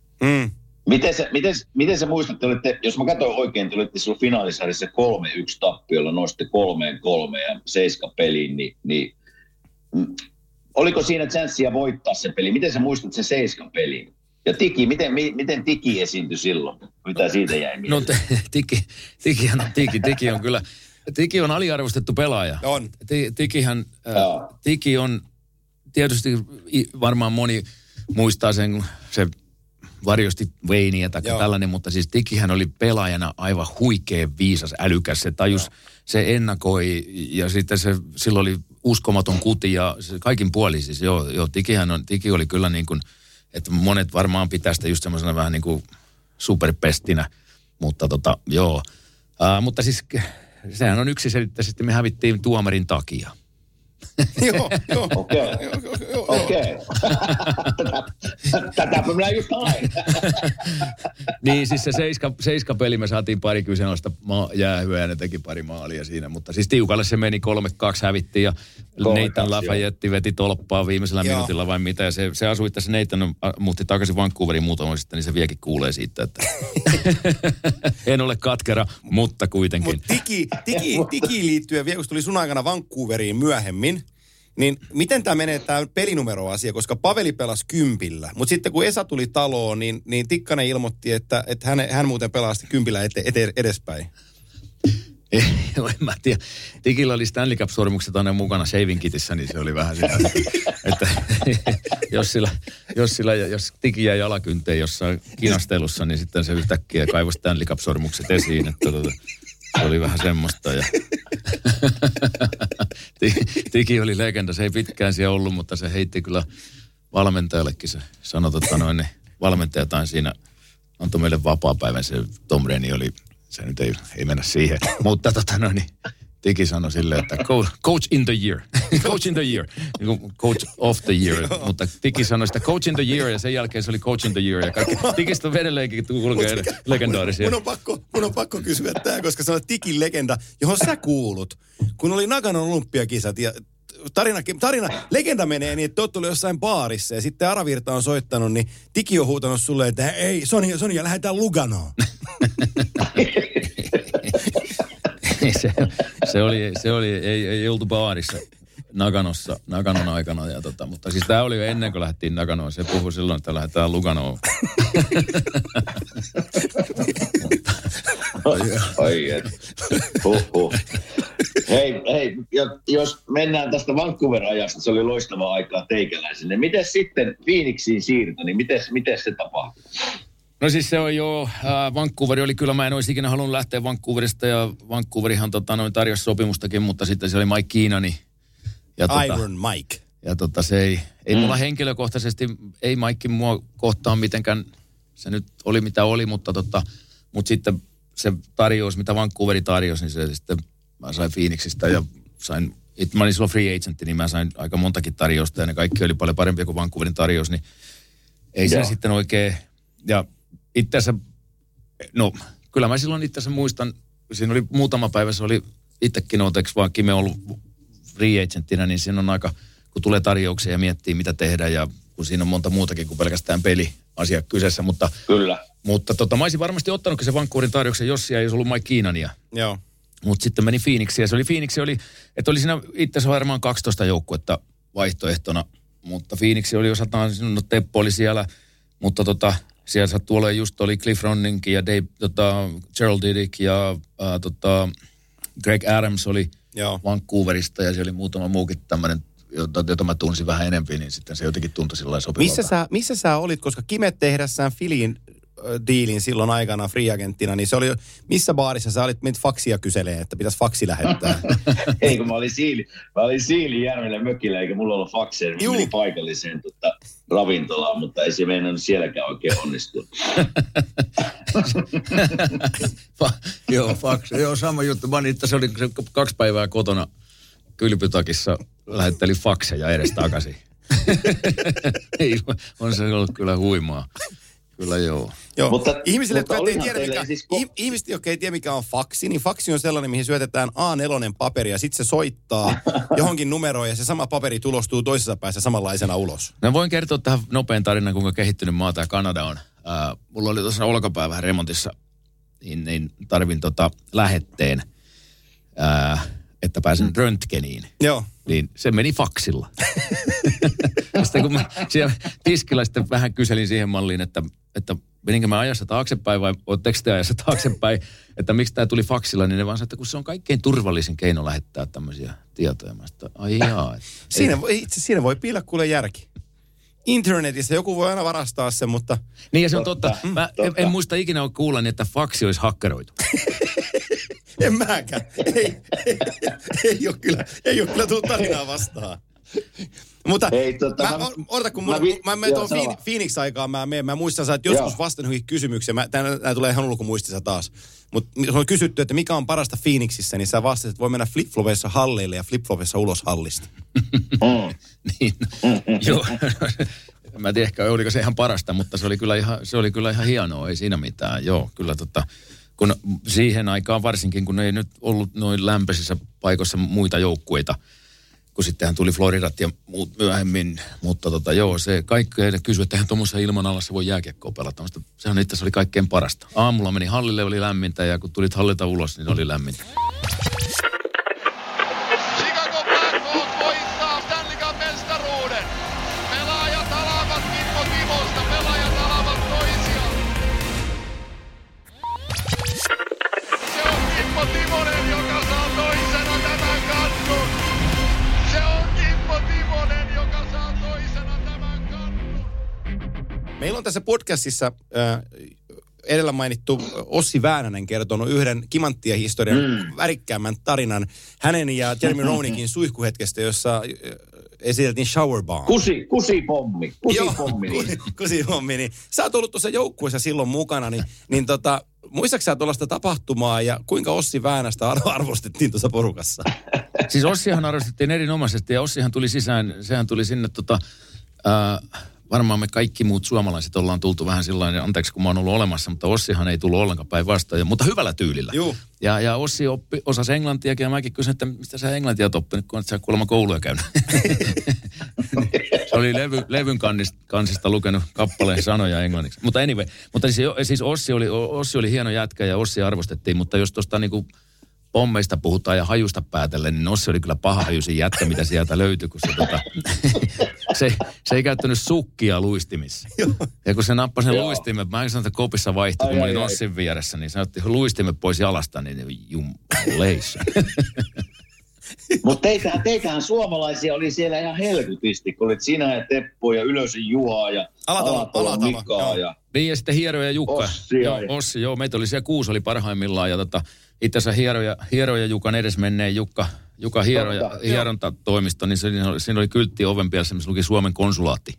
Miten sä muistatte, jos mä katsoin oikein, te olitte silloin finaalisarjassa 3-1 tappiolla, nostitte 3-3 ja 7 peliin, niin oliko siinä chanssia voittaa se peli? Miten sä muistat se 7 peliin? Ja Tiki, miten Tiki esiintyi silloin? Mitä siitä jäi mieleen? No Tiki on kyllä, Tiki on aliarvostettu pelaaja. On. Tiki on, tietysti varmaan moni muistaa se varjosti Wayneä tai tällainen, mutta siis Tikihän oli pelaajana aivan huikea viisas, älykäs. Se tajus, se ennakoi ja sitten sillä oli uskomaton kuti ja kaikin puolin siis. Tiki oli kyllä niin kuin, että monet varmaan pitää sitä just semmoisena vähän niin kuin superpestinä, mutta mutta siis sehän on yksiselitteisesti, me hävittiin tuomarin takia. Joo. Okei. Tätäpä minä just hain. Niin, siis se 7 peli me saatiin pari kyseenalaista jäähyä ja ne teki pari maalia siinä. Mutta siis tiukalle se meni 3-2 hävittiin ja Nathan Lafayette veti tolppaa viimeisellä minuutilla vai mitä. Ja se asui tässä Nathan muutti takaisin Vancouveriin muutama sitten, niin se vieläkin kuulee siitä, että en ole katkera, mutta kuitenkin. Mutta Tiki liittyen vielä, kun tuli sun aikana Vancouveriin myöhemmin, niin miten tämä menee tämä pelinumeroasia, koska Paveli pelasi 10, mutta sitten kun Esa tuli taloon, niin Tikkanen ilmoitti, että hän muuten pelasi 10 edespäin. En mä tiedä. Tikillä oli Stanley Cup-sormukset aina mukana shaving kitissä, niin se oli vähän sitä, että jos Tiki jäi jalakynteen jossain kinastelussa, niin sitten se yhtäkkiä kaivoi Stanley Cup-sormukset esiin, että se oli vähän semmoista. Ja Tiki oli legenda. Se ei pitkään siellä ollut, mutta se heitti kyllä valmentajallekin. Se sanoi, valmentaja tain siinä antoi meille vapaapäivän. Se Tom Reni oli, se nyt ei mennä siihen. Mutta Tiki sanoi silleen, että coach in the year. Coach in the year. Coach of the year. Mutta Tiki sanoi sitä coach in the year ja sen jälkeen se oli coach in the year. Ja Tikistä on edelleenkin kulkee legendaarisia. Mun on pakko kysyä tämä, koska se on Tikin legenda, johon sä kuulut. Kun oli Naganon olympiakisat ja legenda menee niin, että te oot tullut jossain baarissa ja sitten Aravirta on soittanut, niin Tiki on huutanut sulle, että ei, Sonia, lähdetään Luganoon. Se oli, ei oltu baarissa Naganon aikana, mutta siis tämä oli jo ennen kuin lähdettiin Naganoon. Se puhui silloin, että lähdetään Luganoon. Ai et. Hei, jos mennään tästä Vancouver-ajasta, se oli loistavaa aikaa teikäläisille. Miten sitten Phoenixiin siirtyi, niin miten se tapahtui? No siis se on jo, Vancouver oli kyllä, mä en olisi ikinä halunnut lähteä Vancouverista ja Vancouverihan tarjosi sopimustakin, mutta sitten se oli Mike Keenani. Iron Mike. Ja se ei mulla henkilökohtaisesti, ei Mike mua kohtaan mitenkään, se nyt oli mitä oli, mutta sitten se tarjous, mitä Vancouveri tarjosi, niin se sitten mä sain Phoenixista ja mä olin silloin free agentti, niin mä sain aika montakin tarjousta ja ne kaikki oli paljon parempia kuin Vancouverin tarjous, niin ei se sitten oikein, ja itse asiassa, no kyllä mä silloin itse asiassa muistan, siinä oli muutama päivä, se oli itsekin ooteksi vaan Kime ollut free agenttina, niin siinä on aika, kun tulee tarjouksia ja miettii mitä tehdä ja kun siinä on monta muutakin kuin pelkästään peliasia kyseessä, mutta kyllä. Mutta mä olisin varmasti ottanutkin se Vancouverin tarjouksen, jos ei olisi ollut Mike Keenania. Joo. Mutta sitten meni Phoenixiin ja se oli Phoenix, että oli siinä itse asiassa varmaan 12 joukkuetta vaihtoehtona, mutta Phoenix oli osataan, no Teppo oli siellä, mutta siellä sattui olemaan just oli Cliff Ronninkin ja Dave, Gerald Didick ja Greg Adams oli Vancouverista ja siellä oli muutama muukin tämmöinen, jota mä tunsin vähän enemmän, niin sitten se jotenkin tuntui sillä sopivalta. Missä sä olit, koska Kime tehdessään Philin diilin silloin aikana free-agenttina, niin se oli, missä baarissa sä olit, menit faksia kyselee, että pitäisi faksi lähettää? Ei, kun mä olin Siilijärvellä mökillä, eikä mulla ollut fakseja. Mä menin paikalliseen ravintolaan, mutta ei se meinannut sielläkään oikein onnistua. Joo, sama juttu. Mä olin, että se oli 2 päivää kotona kylpytakissa, lähettelin fakseja edes takaisin. Ei, on se ollut kyllä huimaa. Kyllä joo. Mutta ihmisille, jotka ei tiedä mikä on faksi, niin faksi on sellainen, mihin syötetään A4 paperi ja sitten se soittaa johonkin numeroon ja se sama paperi tulostuu toisessa päässä samanlaisena ulos. No voin kertoa tähän nopean tarinan, kuinka kehittynyt maa tämä Kanada on. Mulla oli tuossa olkapää vähän remontissa, niin tarvin lähetteen, että pääsen röntgeniin. Joo. Niin se meni faksilla. Sitten kun mä siellä tiskillä sitten vähän kyselin siihen malliin, että meninkö mä ajassa taaksepäin vai ootteko te ajassa taaksepäin, että miksi tämä tuli faksilla, niin ne vaan sanoi, että kun se on kaikkein turvallisin keino lähettää tämmöisiä tietoja. Mä sitä, ai jaa. Siinä voi piillä kuule järki. Internetissä joku voi aina varastaa sen, mutta... Niin ja se on totta. Mä en muista ikinä ole kuulla, että faksi olisi hakkeroitu. En mäkään. Ei ole kyllä tullut tarinaa vastaan. Mutta kun mä tuon Phoenix-aikaa, mä muistan, että joskus vastaan johonkin kysymykseen, nämä tulee ihan ulkomuistissa taas, mutta on kysytty, että mikä on parasta Phoenixissä, niin sä vastasit, että voi mennä flip-flopeissa halleille ja flip-flopeissa ulos hallista. Niin, joo. Mä en tiedä ehkä, oliko se ihan parasta, mutta se oli kyllä ihan hienoa, ei siinä mitään. Joo, kyllä kun siihen aikaan varsinkin, kun ei nyt ollut noin lämpöisissä paikoissa muita joukkueita, kun sittenhän tuli Floridat ja muut myöhemmin, mutta joo, se kaikki kysyi, että eihän tuommoisessa ilmanalassa voi jääkiekkoa pelata. Sehän itse asiassa oli kaikkein parasta. Aamulla meni hallille, oli lämmintä ja kun tulit hallilta ulos, niin oli lämmintä. Chicago Blackhawks voittaa Stanley Cup -mestaruuden. Pelaajat alavat Kimmo Timosta, pelaajat alavat toisiaan. Se on Kimmo Timonen, joka saa toisena tämän kannun. Se on Kimmo Timonen, joka saa toisena tämän kannun. Meillä on tässä podcastissa edellä mainittu Ossi Väänänen kertonut yhden kimanttien historian värikkäämmän tarinan hänen ja Jeremy Roenikin suihkuhetkestä, jossa esiteltiin shower bomb. Kusipommi. Kusipommi. Niin, sä oot ollut tuossa joukkueessa silloin mukana, niin muistatko sä tuollaista tapahtumaa ja kuinka Ossi Väänästä arvostettiin tuossa porukassa? Siis Ossihan arvostettiin erinomaisesti ja Ossihan tuli sisään, sehän tuli sinne varmaan me kaikki muut suomalaiset ollaan tultu vähän sillain, anteeksi kun mä oon ollut olemassa, mutta Ossihan ei tullut ollenkaan päinvastoin, mutta hyvällä tyylillä. Juu. Ja Ossi osasi englantiakin ja mäkin kysyin, että mistä sä englantia oot oppinut, kun oot sä kuulemma kouluja käynyt. Se oli levyn kansista lukenut kappaleen sanoja englanniksi. Mutta anyway, mutta siis Ossi oli hieno jätkä ja Ossi arvostettiin, mutta jos tuosta niinku pommeista puhutaan ja hajusta päätellen, niin Nossi oli kyllä paha hajusin jätkä, mitä sieltä löytyi, kun se ei käyttänyt sukkia luistimissa. Ja kun se nappasi ne luistimet, mä en sano, että kopissa vaihtui, kun mä olin Nossin vieressä, niin se otti luistimet pois jalasta, niin jumaleissa. Mutta teitähän suomalaisia oli siellä ihan helkutisti, kun olit sinä ja Teppo ja Ylösen Juha ja Alatalo Mikaa ja... Niin ja sitten Hiero ja Jukka. Ossi, joo. Meitä oli siellä 6 oli parhaimmillaan ja itse asiassa Hiero ja Jukan edesmenneen Juka hierontatoimisto, niin siinä oli kyltti oven pielessä, missä luki Suomen konsulaatti.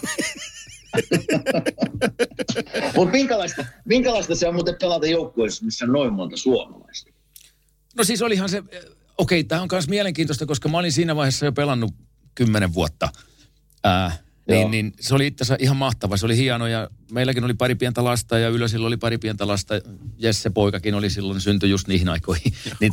Mutta minkälaista se on muuten pelata joukkueessa, missä on noin monta suomalaista? No siis olihan se... Okei, tämä on myös mielenkiintoista, koska mä olin siinä vaiheessa jo pelannut 10 vuotta. Niin se oli itse asiassa ihan mahtava. Se oli hieno ja meilläkin oli pari pientä lasta ja Ylösillä oli pari pientä lasta. Jesse poikakin oli silloin, syntyi just niihin aikoihin. Niin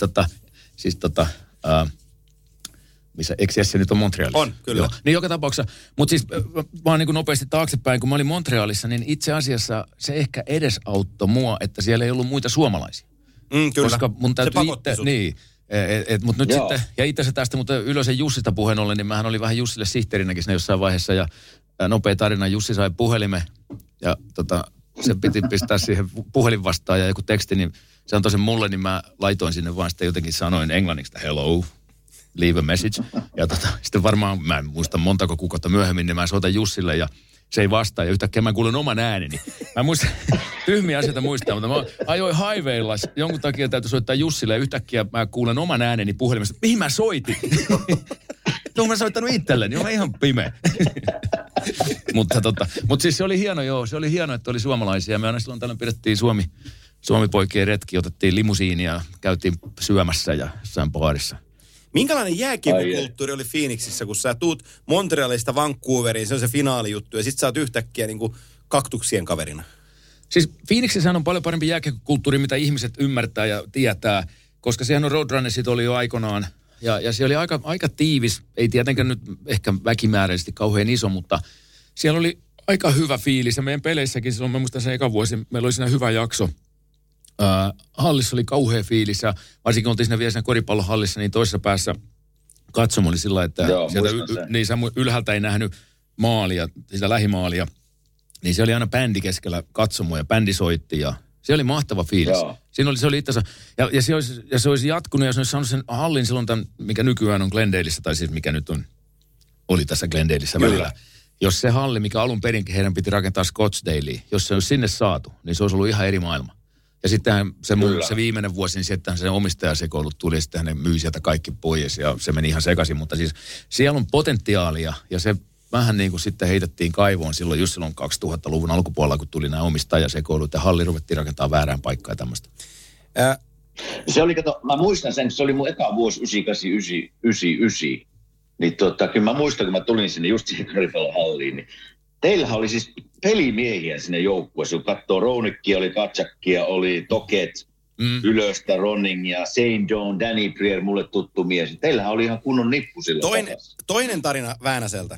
missä, eikö Jesse nyt on Montrealissa? On, kyllä. Joo. Niin joka tapauksessa. Mutta siis vaan niin kuin nopeasti taaksepäin, kun mä olin Montrealissa, niin itse asiassa se ehkä edesauttoi mua, että siellä ei ollut muita suomalaisia. Kyllä. Koska mun täytyy itse... Niin. Mutta nyt sitten, ja itse asiassa tästä, mutta Ylösen Jussista puheen ollen, niin mähän olin vähän Jussille sihteerinäkin siinä jossain vaiheessa, ja nopea tarina, Jussi sai puhelimen, ja se piti pistää siihen puhelin vastaan, ja joku teksti, niin se antoi sen mulle, niin mä laitoin sinne vaan sitten jotenkin sanoin englanniksi, hello, leave a message, ja sitten varmaan, mä en muista montako kuukautta myöhemmin, niin mä soitan Jussille, ja se ei vastaa, ja yhtäkkiä mä kuulen oman ääneni. Mä muistan, tyhmiä asioita muistaa, mutta mä ajoin highwaylla, jonkun takia täytyy soittaa Jussille, ja yhtäkkiä mä kuulen oman ääneni puhelimesta, mihin mä soitin? Tuohon mä soittanut itselleni, mä ihan pimeä. mutta siis se oli hieno, se oli hieno, että oli suomalaisia. Me aina silloin tällöin pidettiin Suomi-poikien retki, otettiin limusiinia, käytiin syömässä ja jossain baarissa. Minkälainen jääkiekkokulttuuri oli Phoenixissä, kun sä tuut Montrealista Vancouveriin, se on se finaalijuttu, ja sit sä oot yhtäkkiä niinku kaktuksien kaverina? Siis Phoenixissähän on paljon parempi jääkiekkokulttuuri, mitä ihmiset ymmärtää ja tietää, koska sehän on Roadrunnersit oli jo aikanaan, ja se oli aika tiivis, ei tietenkään nyt ehkä väkimääräisesti kauhean iso, mutta siellä oli aika hyvä fiilis, ja meidän peleissäkin silloin, mä muistan sen eka vuosi, meillä oli siinä hyvä jakso. Hallissa oli kauhea fiilis ja varsinkin oltiin siinä vielä siinä koripallohallissa, niin toisessa päässä katsomo oli sillä, että sieltä ylhäältä ei nähnyt maalia, sitä lähimaalia, niin se oli aina bändi keskellä katsomoa ja bändi soitti ja se oli mahtava fiilis. Se oli itse asiassa, ja se olisi jatkunut ja se olisi saanut sen hallin silloin tämän, mikä nykyään on Glendaleissa, tai siis mikä nyt oli tässä Glendaleissa välillä. Jos se halli, mikä alun perinkin heidän piti rakentaa Scottsdaleen, jos se olisi sinne saatu, niin se olisi ollut ihan eri maailma. Ja sitten se viimeinen vuosi, niin sittenhän se omistajasekoilut tuli, ja sitten ne myi sieltä kaikki pois, ja se meni ihan sekaisin. Mutta siis siellä on potentiaalia, ja se vähän niin kuin sitten heitettiin kaivoon silloin 2000-luvun alkupuolella, kun tuli nämä omistajasekoilut, ja halli ruvettiin rakentaa väärään paikkaan ja tämmöistä. Se oli, mä muistan sen, se oli mun eka vuosi 98. Niin kyllä mä muistan, kun mä tulin sinne just siihen koripallohalliin, niin teillähän oli siis pelimiehiä sinne joukkueessa. Kun katsoo Rounikkia, oli Katsakkia, oli Toket, Ylöstä, Ronningia, St. John, Danny Brier, mulle tuttu mies. Teillähän oli ihan kunnon nippu silloin. Toinen tarina Väänäseltä.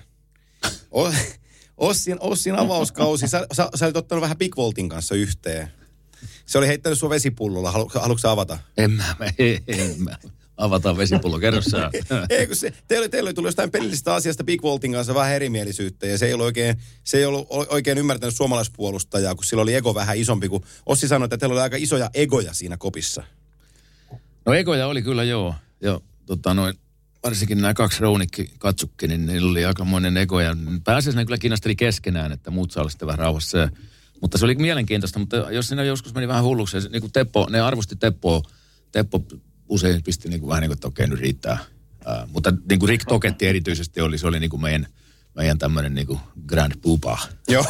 Ossin avauskausi. Sä olit ottanut vähän Big Voltin kanssa yhteen. Se oli heittänyt sua vesipullolla. Haluatko sä avata? En mä. Avataan vesipullo, kerro sä. Ei, kun teillä oli tullut jostain pelillisestä asiasta Big Voltin kanssa vähän erimielisyyttä, ja se ei ollut oikein ymmärtänyt suomalaispuolustajaa, kun sillä oli ego vähän isompi, kun Ossi sanoi, että teillä oli aika isoja egoja siinä kopissa. No egoja oli kyllä, joo. Varsinkin nämä 2 Rounikki-katsukki, niin niillä oli aikamoinen ego, ja pääasiassa ne kyllä kiinnosteli keskenään, että muut saa olla sitten vähän rauhassa. Mutta se oli mielenkiintoista, mutta jos siinä joskus meni vähän hulluksi, niin kuin ne arvosti Teppo usein pisti niin kuin vähän niin kuin, että okei, nyt riittää. Mutta niin kuin Rick Toketti erityisesti se oli niin kuin meidän tämmöinen niin kuin grand pupa. Joo.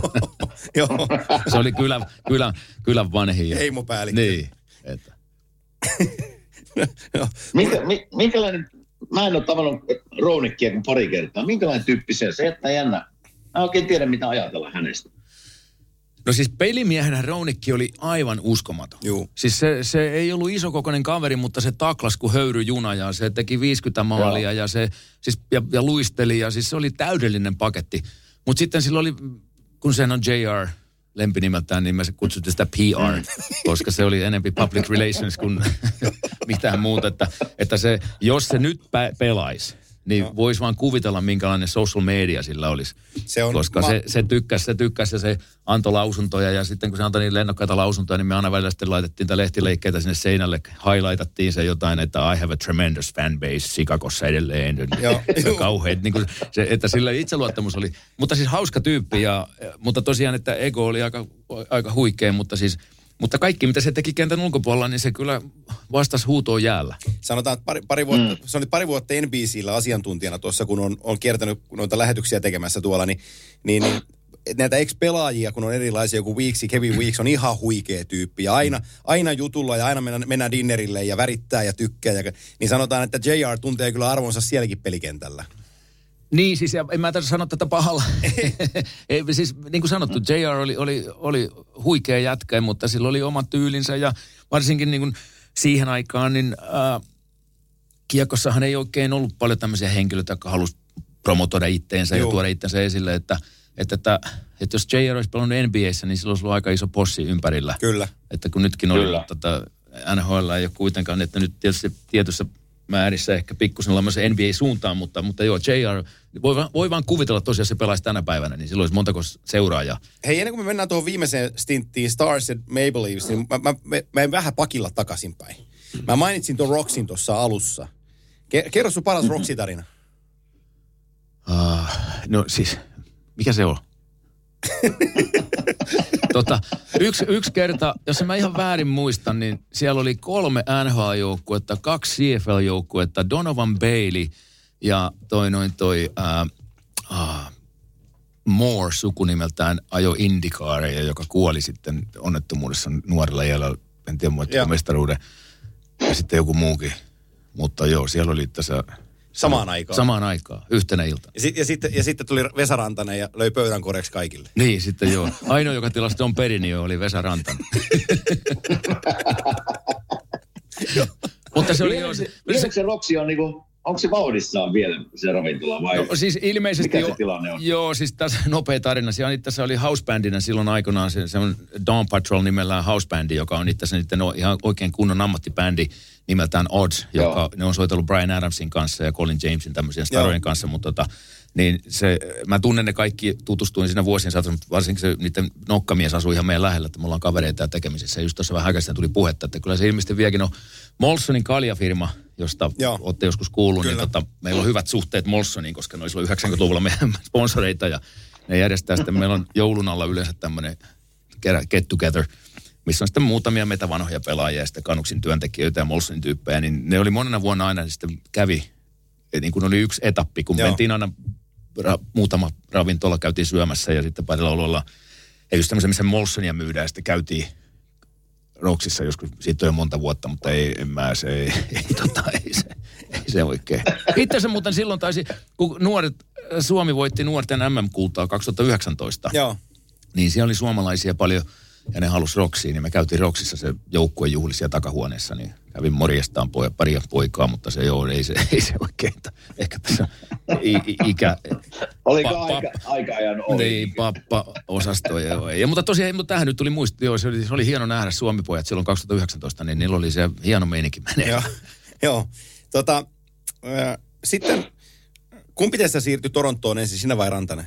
Se oli kylän vanhin. Heimopäällikkö. Niin. Että. Minkälainen, mä en ole tavannut Rounikkia kuin pari kertaa. Minkälainen tyyppi se jättää jännä? Mä en oikein tiedä, mitä ajatella hänestä. No siis pelimiehenä Rounikki oli aivan uskomaton. Juu. Siis se ei ollut isokokoinen kaveri, mutta se taklas kuin höyryjuna ja se teki 50 maalia ja se siis ja luisteli ja siis se oli täydellinen paketti. Mutta sitten sillä oli, kun sehän on J.R. lempinimeltään, niin me kutsuttiin sitä PR, koska se oli enemmän public relations kuin mitään muuta. Että se, jos se nyt pelaisi, niin voisi vaan kuvitella, minkälainen social media sillä olisi. Koska se tykkäsi ja se antoi lausuntoja. Ja sitten kun se antoi niin lennokkaita lausuntoja, niin me aina välillä sitten laitettiin niitä lehtileikkeitä sinne seinälle. Highlightattiin se jotain, että I have a tremendous fan base Chicagossa edelleen. Kauheat. Niin se, että sillä itseluottamus oli. Mutta siis hauska tyyppi. Mutta tosiaan, että ego oli aika huikea, mutta kaikki, mitä se teki kentän ulkopuolella, niin se kyllä vastasi huutoon jäällä. Sanotaan, että se oli pari vuotta NBC:llä asiantuntijana tuossa, kun on kiertänyt noita lähetyksiä tekemässä tuolla, niin näitä ex-pelaajia, kun on erilaisia, joku Kevin Weeks on ihan huikea tyyppi. Ja aina jutulla ja aina mennään dinnerille ja värittää ja tykkää. Niin sanotaan, että JR tuntee kyllä arvonsa sielläkin pelikentällä. Niin, siis en mä tarvitse sanoa tätä pahalla. Siis niin kuin sanottu, JR oli huikea jätkä, mutta sillä oli oma tyylinsä ja varsinkin niin kuin siihen aikaan, niin kiekossahan ei oikein ollut paljon tämmöisiä henkilöitä, jotka halusi promotoida itteensä ja tuoda itsensä esille, että jos JR olisi pelannut NBA:ssä, niin sillä olisi ollut aika iso possi ympärillä. Kyllä. Että kun nytkin oli NHL ei ole kuitenkaan, että nyt tietysti tietyssä määrissä ehkä pikkusen ollaan NBA-suuntaan, mutta joo, JR, voi vaan kuvitella tosiaan, se pelaisi tänä päivänä, niin silloin olisi montako seuraajaa. Hei, ennen kuin me mennään tuohon viimeiseen stinttiin, Stars and Maple Leafs, niin mä en vähän pakilla takaisinpäin. Mä mainitsin tuon Roxin tuossa alussa. Kerro sun paras Roxy-tarina. No siis, mikä se on? Yksi kerta, jos en mä ihan väärin muistan, niin siellä oli 3 NHL-joukkuetta, 2 CFL-joukkuetta, Donovan Bailey ja Moore sukunimeltään ajoi IndyCaria, joka kuoli sitten onnettomuudessa nuorella iällä, en tiedä muuttuiko mestaruuden, ja sitten joku muukin. Mutta joo, siellä oli tässä Samaan aikaan, yhtenä iltana. Ja sitten tuli Vesa Rantanen ja löi pöydän koreeksi kaikille. Niin, sitten joo. Ainoa, joka tilasi Don Perinio, oli Vesa Rantanen. Mutta se oli joo. Se Roxy on niinku, onko se vauhdissaan vielä se ravintola vai? No siis ilmeisesti mikä se tilanne on? Joo, siis tässä nopea tarina. Se oli housebandina silloin aikanaan. Se on Dawn Patrol nimellään housebandi, joka on itse asiassa ihan oikein kunnon ammattibändi nimeltään Odds, joka ne on soitellut Bryan Adamsin kanssa ja Colin Jamesin tämmöisiä starojen kanssa, mutta niin mä tunnen ne kaikki, tutustuin siinä vuosien saatossa, mutta varsinkin se niiden nokkamies asui ihan meidän lähellä, että me ollaan kavereita ja tekemisissä. Ja just tuossa vähän aikaisemmin tuli puhetta, että kyllä se ilmeisesti vieläkin on Molsonin kaljafirma, josta olette joskus kuullut, niin meillä on hyvät suhteet Molsoniin, koska ne oli 90-luvulla meidän sponsoreita ja ne järjestää sitten, meillä on joulun alla yleensä tämmöinen get together, missä on sitten muutamia meitä vanhoja pelaajia ja sitten Canucksin työntekijöitä ja Molsonin tyyppejä, niin ne oli monena vuonna aina sitten kävi, niin kuin oli yksi etappi, kun mentiin aina muutama ravintola, käytiin syömässä ja sitten parilla ololla, ja just tämmöisen, missä Molsonia myydään, ja sitten käytiin Roxissa joskus, siitä on jo monta vuotta, mutta ei se oikein. Itse asiassa muuten silloin taisi, kun Suomi voitti nuorten MM-kultaa 2019, niin siellä oli suomalaisia paljon, ja ne halusi Roxiin, niin me käytiin Roxissa se joukkueen juhlisia takahuoneessa, niin kävin morjestaan paria poikaa, mutta se ei se oikein, että ehkä tässä ikä... Oliko aika ajan ohi? Niin, pappa-osasto, ja mutta tosiaan, mutta tähän nyt tuli muisti, se oli hieno nähdä Suomi-pojat silloin 2019, niin niillä oli se hieno meininki menee. Joo. Sitten, kumpi teistä siirtyi Torontoon ensin, sinä vai Rantanen?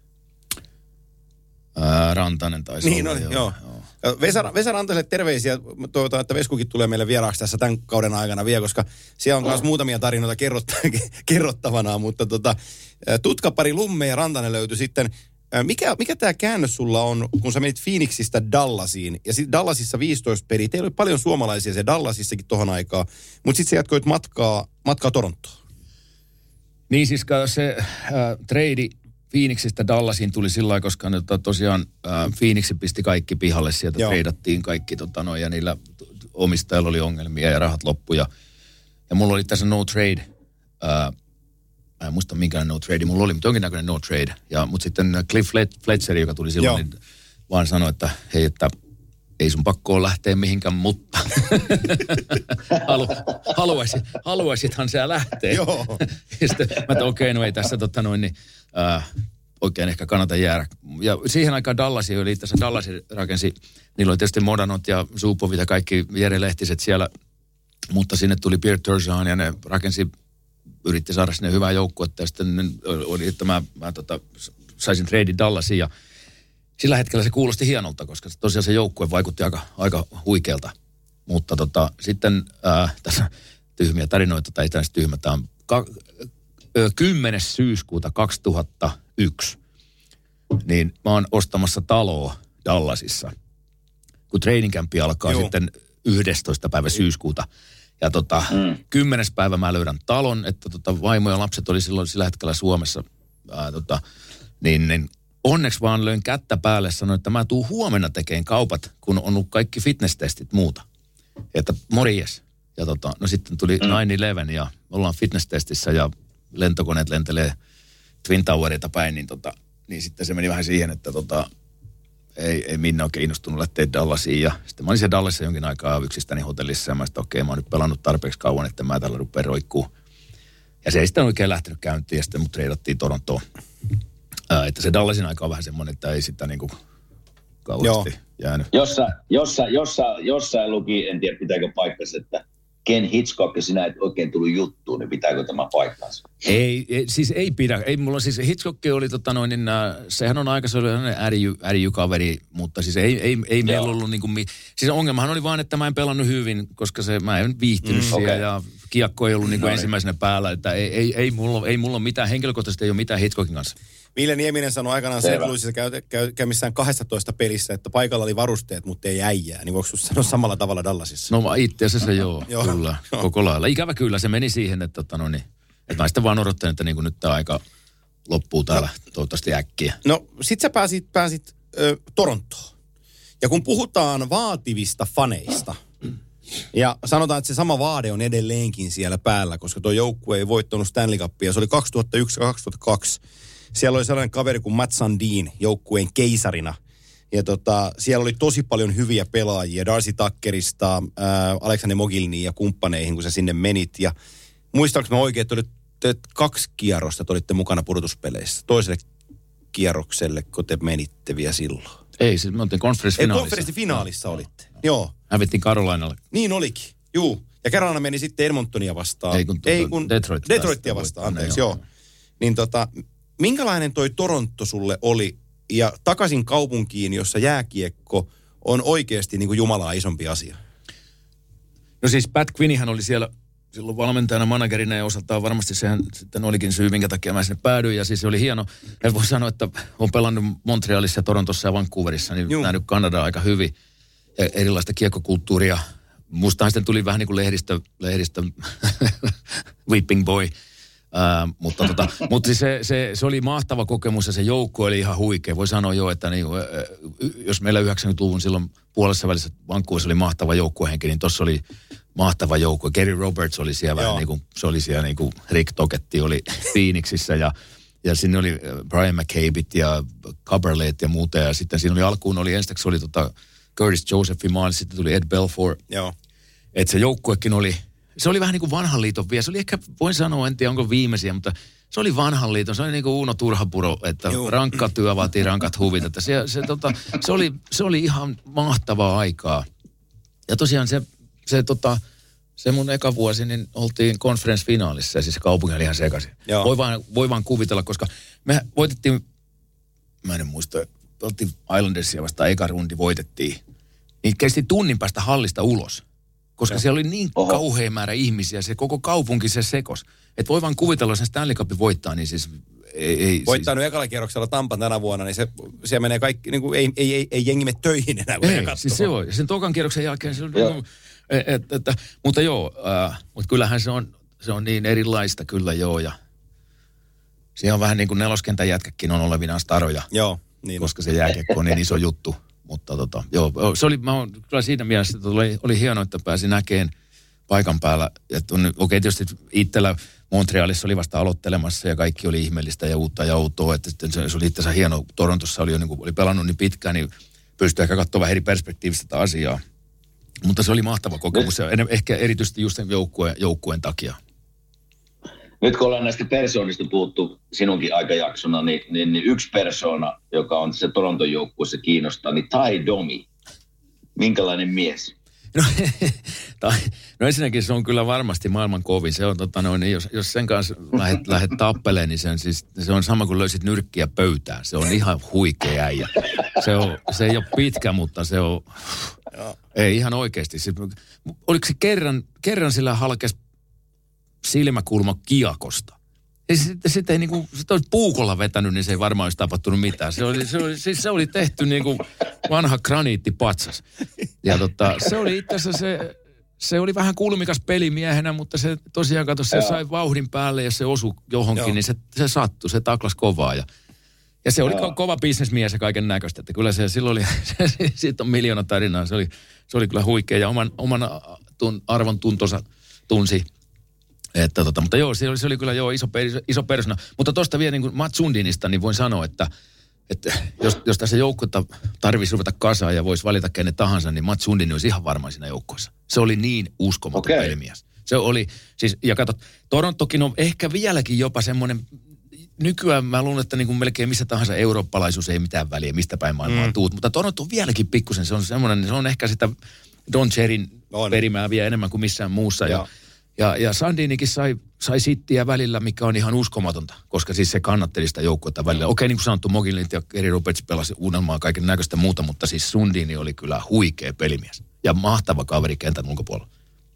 Rantanen taisi niin, olla. Joo. Vesa Rantaselle terveisiä. Toivotaan, että Veskukin tulee meille vieraaksi tässä tämän kauden aikana vielä, koska siellä on myös muutamia tarinoita kerrottavana. Mutta tutkapari Lumme ja Rantanen löytyi sitten. Mikä tämä käännös sulla on, kun sä menit Phoenixistä Dallasiin? Ja sitten Dallasissa 15 peliä. Teillä oli paljon suomalaisia se Dallasissakin tohon aikaa. Mutta sitten sä jatkoit matkaa Torontoon. Niin siis se trade Phoenixistä Dallasiin tuli sillä lailla, koska tosiaan Phoenix pisti kaikki pihalle, sieltä treidattiin kaikki ja niillä omistajilla oli ongelmia ja rahat loppu. Ja mulla oli tässä no trade, mä en muista minkälainen no trade mulla oli, mutta jonkinnäköinen no trade. Mutta sitten Cliff Fletcher, joka tuli silloin, niin vaan sanoi, että hei, että ei sun pakko ole lähteä mihinkään, mutta haluaisithan sä lähteä. Joo. Ja sitten mä okei, no ei tässä niin, oikein ehkä kannata jäädä. Ja siihen aikaan Dallas rakensi, niillä oli tietysti Modanot ja Zupovit ja kaikki Jere Lehtiset siellä, mutta sinne tuli Pierre Turgeon ja ne yritti saada sinne hyvää joukkuetta ja sitten oli, että mä saisin treidin Dallasiin ja sillä hetkellä se kuulosti hienolta, koska tosiaan se joukkue vaikutti aika huikealta. Mutta sitten tässä tyhmiä tarinoita, tai ei tässä tyhmä, tämä on 10. syyskuuta 2001, niin mä oon ostamassa taloa Dallasissa, kun training campi alkaa sitten 11. päivä syyskuuta. Ja 10. päivä mä löydän talon, että vaimo ja lapset oli silloin sillä hetkellä Suomessa, niin onneksi vaan löin kättä päälle, sanoin, että mä tuun huomenna tekemään kaupat, kun on ollut kaikki fitness-testit muuta. Että morjes. Ja no sitten tuli 9/11 ja ollaan fitness-testissä ja lentokoneet lentelee Twin Towerilta päin, niin sitten se meni vähän siihen, että ei Minna oikein innostunut lähteä Dallasiin. Ja sitten mä olin siellä Dallasissa jonkin aikaa yksistäni hotellissa ja mä sanoin, että mä oon nyt pelannut tarpeeksi kauan, että mä tällä rupean roikkuu. Ja se ei sitten oikein lähtenyt käyntiin ja sitten mut treidattiin Torontoon. Että se Dallasin aika on vähän semmoinen, että ei sitä niinku kauheasti jäänyt. Jossain luki, en tiedä pitääkö paikkansa, että Ken Hitchcock ja sinä et oikein tullut juttuun, niin pitääkö tämä paikkansa? Siis ei pidä. Ei, mulla siis Hitchcock oli sehän on aika sellainen ärijykaveri, mutta siis ei meillä ollut niinku, siis ongelmahan oli vaan, että mä en pelannut hyvin, koska mä en viihtynyt siellä ja kiekko ei ollut niinku ensimmäisenä päällä, että ei mulla ole mitään, henkilökohtaisesti ei ole mitään Hitchcockin kanssa. Ville Nieminen sanoi aikanaan St. käymissään 12 pelissä, että paikalla oli varusteet, mutta ei äijää. Niin voiko sanoa samalla tavalla Dallasissa? No itse asiassa joo, kyllä, koko lailla. Ikävä kyllä, se meni siihen, että mä sitten vaan odottelen, että niin nyt tämä aika loppuu täällä toivottavasti äkkiä. No sit sä pääsit Torontoon. Ja kun puhutaan vaativista faneista, ja sanotaan, että se sama vaade on edelleenkin siellä päällä, koska tuo joukkue ei voittanut Stanley Cupia. Se oli 2001 ja 2002. Siellä oli sellainen kaveri kuin Matt Sundin joukkueen keisarina. Ja siellä oli tosi paljon hyviä pelaajia. Darcy Tuckerista, Alexander Mogilniin ja kumppaneihin, kun sä sinne menit. Ja muistaaks mä oikein, että 2 kierrosta te olitte mukana pudotuspeleissä. Toiselle kierrokselle, kun te menitte vielä silloin. Ei, siis me oltiin konferenssifinaalissa. Konferenssifinaalissa olitte, joo. Hävittiin Carolinalle. Niin olikin, juu. Ja Carolina meni sitten Edmontonia vastaan. Ei kun Detroitia vastaan, anteeksi, joo. Niin minkälainen toi Toronto sulle oli ja takaisin kaupunkiin, jossa jääkiekko on oikeasti niin kuin Jumalaa isompi asia? No siis Pat Quinnihän oli siellä silloin valmentajana, managerina ja osaltaan varmasti sehän sitten olikin syy, minkä takia mä sinne päädyin. Ja siis se oli hieno. Ja voi sanoa, että olen pelannut Montrealissa, Torontossa ja Vancouverissa, niin nähnyt Kanadaa aika hyvin. Ja erilaista kiekkokulttuuria. Mustahan sitten tuli vähän niin kuin lehdistö whipping boy. Mutta se oli mahtava kokemus ja se joukko oli ihan huikea. Voi sanoa jo, että jos meillä 90-luvun silloin puolessa välissä Vancouverissa oli mahtava joukkuehenki, niin tuossa oli mahtava joukkue. Gary Roberts oli siellä vähän niin kuin, se oli siellä niin kuin Rick Tocchet oli Phoenixissä ja sinne oli Brian McCabe't ja Caberlet ja muuta. Ja sitten siinä oli alkuun ensiksi oli Curtis Josephin maali, sitten tuli Ed Belfour. Joo. Että se joukkuekin oli, se oli vähän niin kuin vanhan liiton vielä. Se oli ehkä, voin sanoa, en tiedä onko viimeisiä, mutta se oli vanhan liiton. Se oli niin kuin Uno Turhapuro, että rankka työ vaatii rankat huvit. Että se oli ihan mahtavaa aikaa. Ja tosiaan se mun eka vuosi, niin oltiin konferenssifinaalissa ja siis kaupunki oli ihan sekaisin. Voi vaan kuvitella, koska me voitettiin, mä en muista, oltiin Islandersia vastaan eka rundi voitettiin. Niin kesti tunnin päästä hallista ulos. Koska siellä oli niin kauhea määrä ihmisiä, se koko kaupunki se sekos. Että voi vaan kuvitella, jos sen Stanley Cupin voittaa, niin siis ei voittanut ekalla kierroksella Tampan tänä vuonna, niin se menee kaikki, niin kuin ei jengi mene töihin enää. Ei, siis se on. Ja sen tokan kierroksen jälkeen se on, mutta joo, mutta kyllähän se on niin erilaista kyllä joo. Ja siinä on vähän niin kuin neloskentän jätkäkin on olevinaan staroja. Joo, niin. Koska se jääkiekko on niin iso juttu. Mutta joo, se oli, kyllä siinä mielessä, että oli hienoa, että pääsin näkemään paikan päällä. Okei, tietysti itsellä Montrealissa oli vasta aloittelemassa ja kaikki oli ihmeellistä ja uutta ja outoa. Että se oli itse asiassa hieno. Torontossa oli jo niin kuin, oli pelannut niin pitkään, niin pystyi ehkä katsomaan vähän eri perspektiivistä tätä asiaa. Mutta se oli mahtava kokemus ja ehkä erityisesti just sen joukkueen takia. Nyt kun ollaan näistä persoonista puhuttu sinunkin aikajaksona, niin yksi persoona, joka on se Toronton joukkueessa kiinnostaa, niin Ty Domi. Minkälainen mies? No ensinnäkin se on kyllä varmasti maailman kovin. Se on jos sen kanssa lähdet tappeleen, niin se on sama kuin löysit nyrkkiä pöytään. Se on ihan huikea äijä. Se ei ole pitkä, mutta se on... Ei ihan oikeasti. Oliko se kerran sillä halkesi silmäkulma kiekosta? Ja sitten ei niinku, sit olisi puukolla vetänyt, niin se ei varmaan olisi tapahtunut mitään. Se oli tehty niinku vanha graniittipatsas. Ja se oli itse asiassa se oli vähän kulmikas pelimiehenä, mutta se tosiaan se sai vauhdin päälle ja se osui johonkin, niin se sattui, se taklas kovaa. Ja se oli kova bisnesmies ja kaiken näköistä. Että kyllä se silloin oli, siitä on miljoona tarinaa. Se oli kyllä huikea ja oman arvon tuntonsa tunsi. Mutta joo, se oli kyllä iso persona. Mutta tuosta vielä niin kuin Mats Sundinista, niin voin sanoa, että jos tässä joukkuetta tarvitsisi ruveta kasaan ja voisi valita kenen tahansa, niin Mats Sundin olisi ihan varmaan siinä joukkueessa. Se oli niin uskomaton pelimies. Se oli, siis, ja kato, Torontokin on ehkä vieläkin jopa semmoinen, nykyään mä luulen, että niin kuin melkein missä tahansa eurooppalaisuus ei mitään väliä, mistä päin maailmaa tuut. Mutta Toronto on vieläkin pikkusen, se on semmoinen, se on ehkä sitä Don Cherryn perimää vielä enemmän kuin missään muussa. Ja Sundinikin sai sittiä välillä, mikä on ihan uskomatonta, koska siis se kannatteli sitä joukkuetta välillä. Okei, niin kuin sanottu, Mogilint ja Gary Roberts pelasi Unelmaa kaiken näköistä muuta, mutta siis Sundini oli kyllä huikea pelimies ja mahtava kaveri kentän ulkopuolella.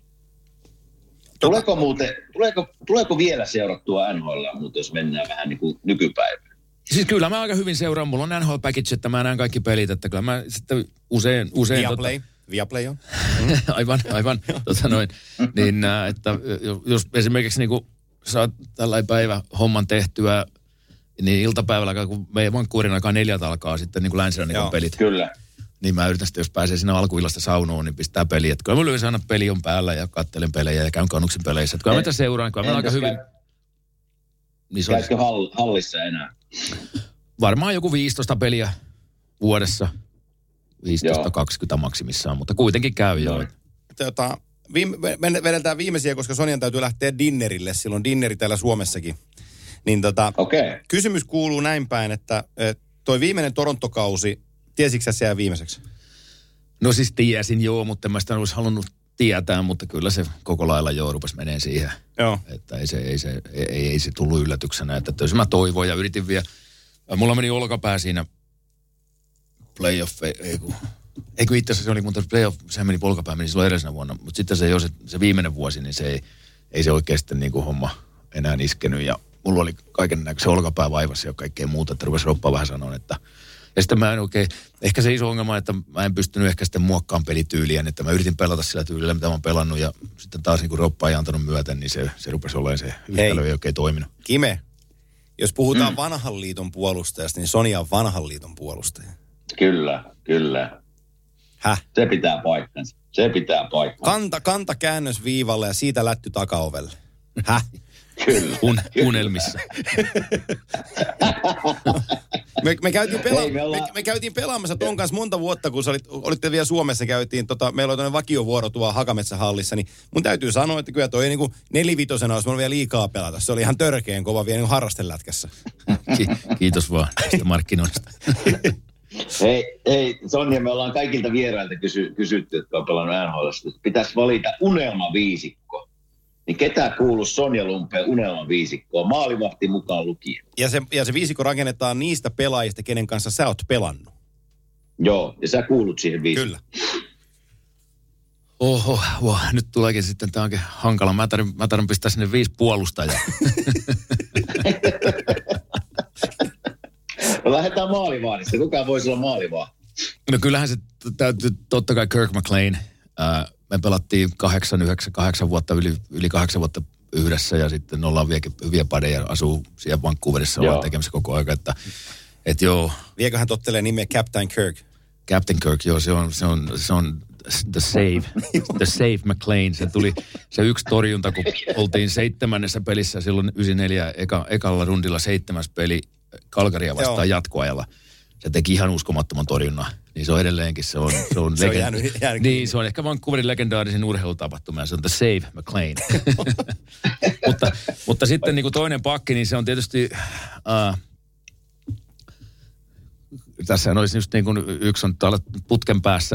Tuleeko vielä seurattua NHL, mutta jos mennään vähän niin kuin nykypäivään? Siis kyllä mä aika hyvin seuraan. Mulla on NHL Package, että mä näen kaikki pelit, että kyllä mä sitten usein... Viaplay on. Aivan. Niin, että jos esimerkiksi niin kuin saat tällainen päivä homman tehtyä, niin iltapäivällä, kun meidän Vancouverin aikaa 4 alkaa sitten niin kuin länsirannikon pelit. Kyllä. Niin mä yritän sitten, jos pääsee siinä alkuillasta saunoon, niin pistää peliä. Että kyllä mä yleensä aina peli on päällä ja katselen pelejä ja käyn kannuksen peleissä. Että kyllä mä tätä seuraan, kyllä mä aika hyvin... Niin käytkö hallissa enää? Varmaan joku 15 peliä vuodessa. 15-20 maksimissaan, mutta kuitenkin käy jo. Vedetään viimeisiä, koska Sonjan täytyy lähteä dinnerille. Silloin dinneri täällä Suomessakin. Niin kysymys kuuluu näin päin, että toi viimeinen Torontokausi, tiesitkö sä jää viimeiseksi? No siis tiesin joo, mutta en mä sitä olisi halunnut tietää, mutta kyllä se koko lailla rupesi menee siihen. Joo. Että ei se tullut yllätyksenä. Että jos mä toivoin ja yritin vielä, mulla meni olkapää siinä playoff, ei kun itse asiassa se oli, mutta playoff, sehän meni polkapää, meni silloin edellisenä vuonna, mutta sitten se viimeinen vuosi, niin ei se oikeasti niin kuin homma enää iskenyt, ja mulla oli kaiken näköisen olkapää vaivassa ja kaikkea muuta, että rupesi roppaa vähän sanoa, että ja sitten mä en oikein, ehkä se iso ongelma, että mä en pystynyt ehkä sitten muokkaamaan pelityyliä, että mä yritin pelata sillä tyylillä, mitä mä oon pelannut, ja sitten taas niin kuin roppaa ei antanut myöten, niin se rupesi olemaan se yhtälö ei oikein toiminut. Kime, jos puhutaan vanhan liiton puolustajasta, niin Sonia on vanhan liiton puolustaja. Kyllä. Häh? Se pitää paikkansa. Kanta käännös viivalle ja siitä lätty takaovelle. Häh? Kyllä. Unelmissa. Me käytiin pelaamassa ton kanssa monta vuotta, kun olitte vielä Suomessa, meillä oli toinen vakiovuoro tuolla Hakametsähallissa, niin mun täytyy sanoa, että kyllä toi niinku 4-5 olisi vielä liikaa pelata. Se oli ihan törkeän kova vielä niin harrastelätkässä. Kiitos vaan tästä markkinoista. Hei, Sonja, me ollaan kaikilta vierailta kysytty, jotka on pelannut NHL:stä. Pitäisi valita unelmaviisikko. Niin ketä kuuluu Sonja Lumpeen unelmaviisikkoon, maalivahti mukaan lukien? Ja se viisikko rakennetaan niistä pelaajista, kenen kanssa sä oot pelannut. Joo, ja sä kuulut siihen viisikkoon. Kyllä. Oho, nyt tuleekin sitten, tää onkin hankala. Mä tarvitsen pistää sinne 5 puolustajaa. No lähdetään maalivahdista. Kukaan voisi olla maalivahti? No kyllähän se täytyy, totta kai Kirk McLean. Me pelattiin 8 vuotta, yli 8 vuotta yhdessä ja sitten ollaan hyviä padeja, asuu siellä Vancouverissa, ollaan tekemässä koko aika, että joo. Vieköhän tottelee nimeä Captain Kirk? Captain Kirk, joo, se on the save McLean. Se tuli se 1 torjunta, kun oltiin 7. pelissä silloin 94 ekalla rundilla 7. peli Calgarya vastaan jatkoajalla. Se teki ihan uskomattoman torjunnan. Niin se on edelleenkin, se on jäänyt niin, se on ehkä Vancouverin legendaarisin urheilutapahtuma, ja se on The Save McLean. mutta sitten niin kuin toinen pakki, niin se on tietysti, tässä olisi just niin kuin yksi on täällä putken päässä,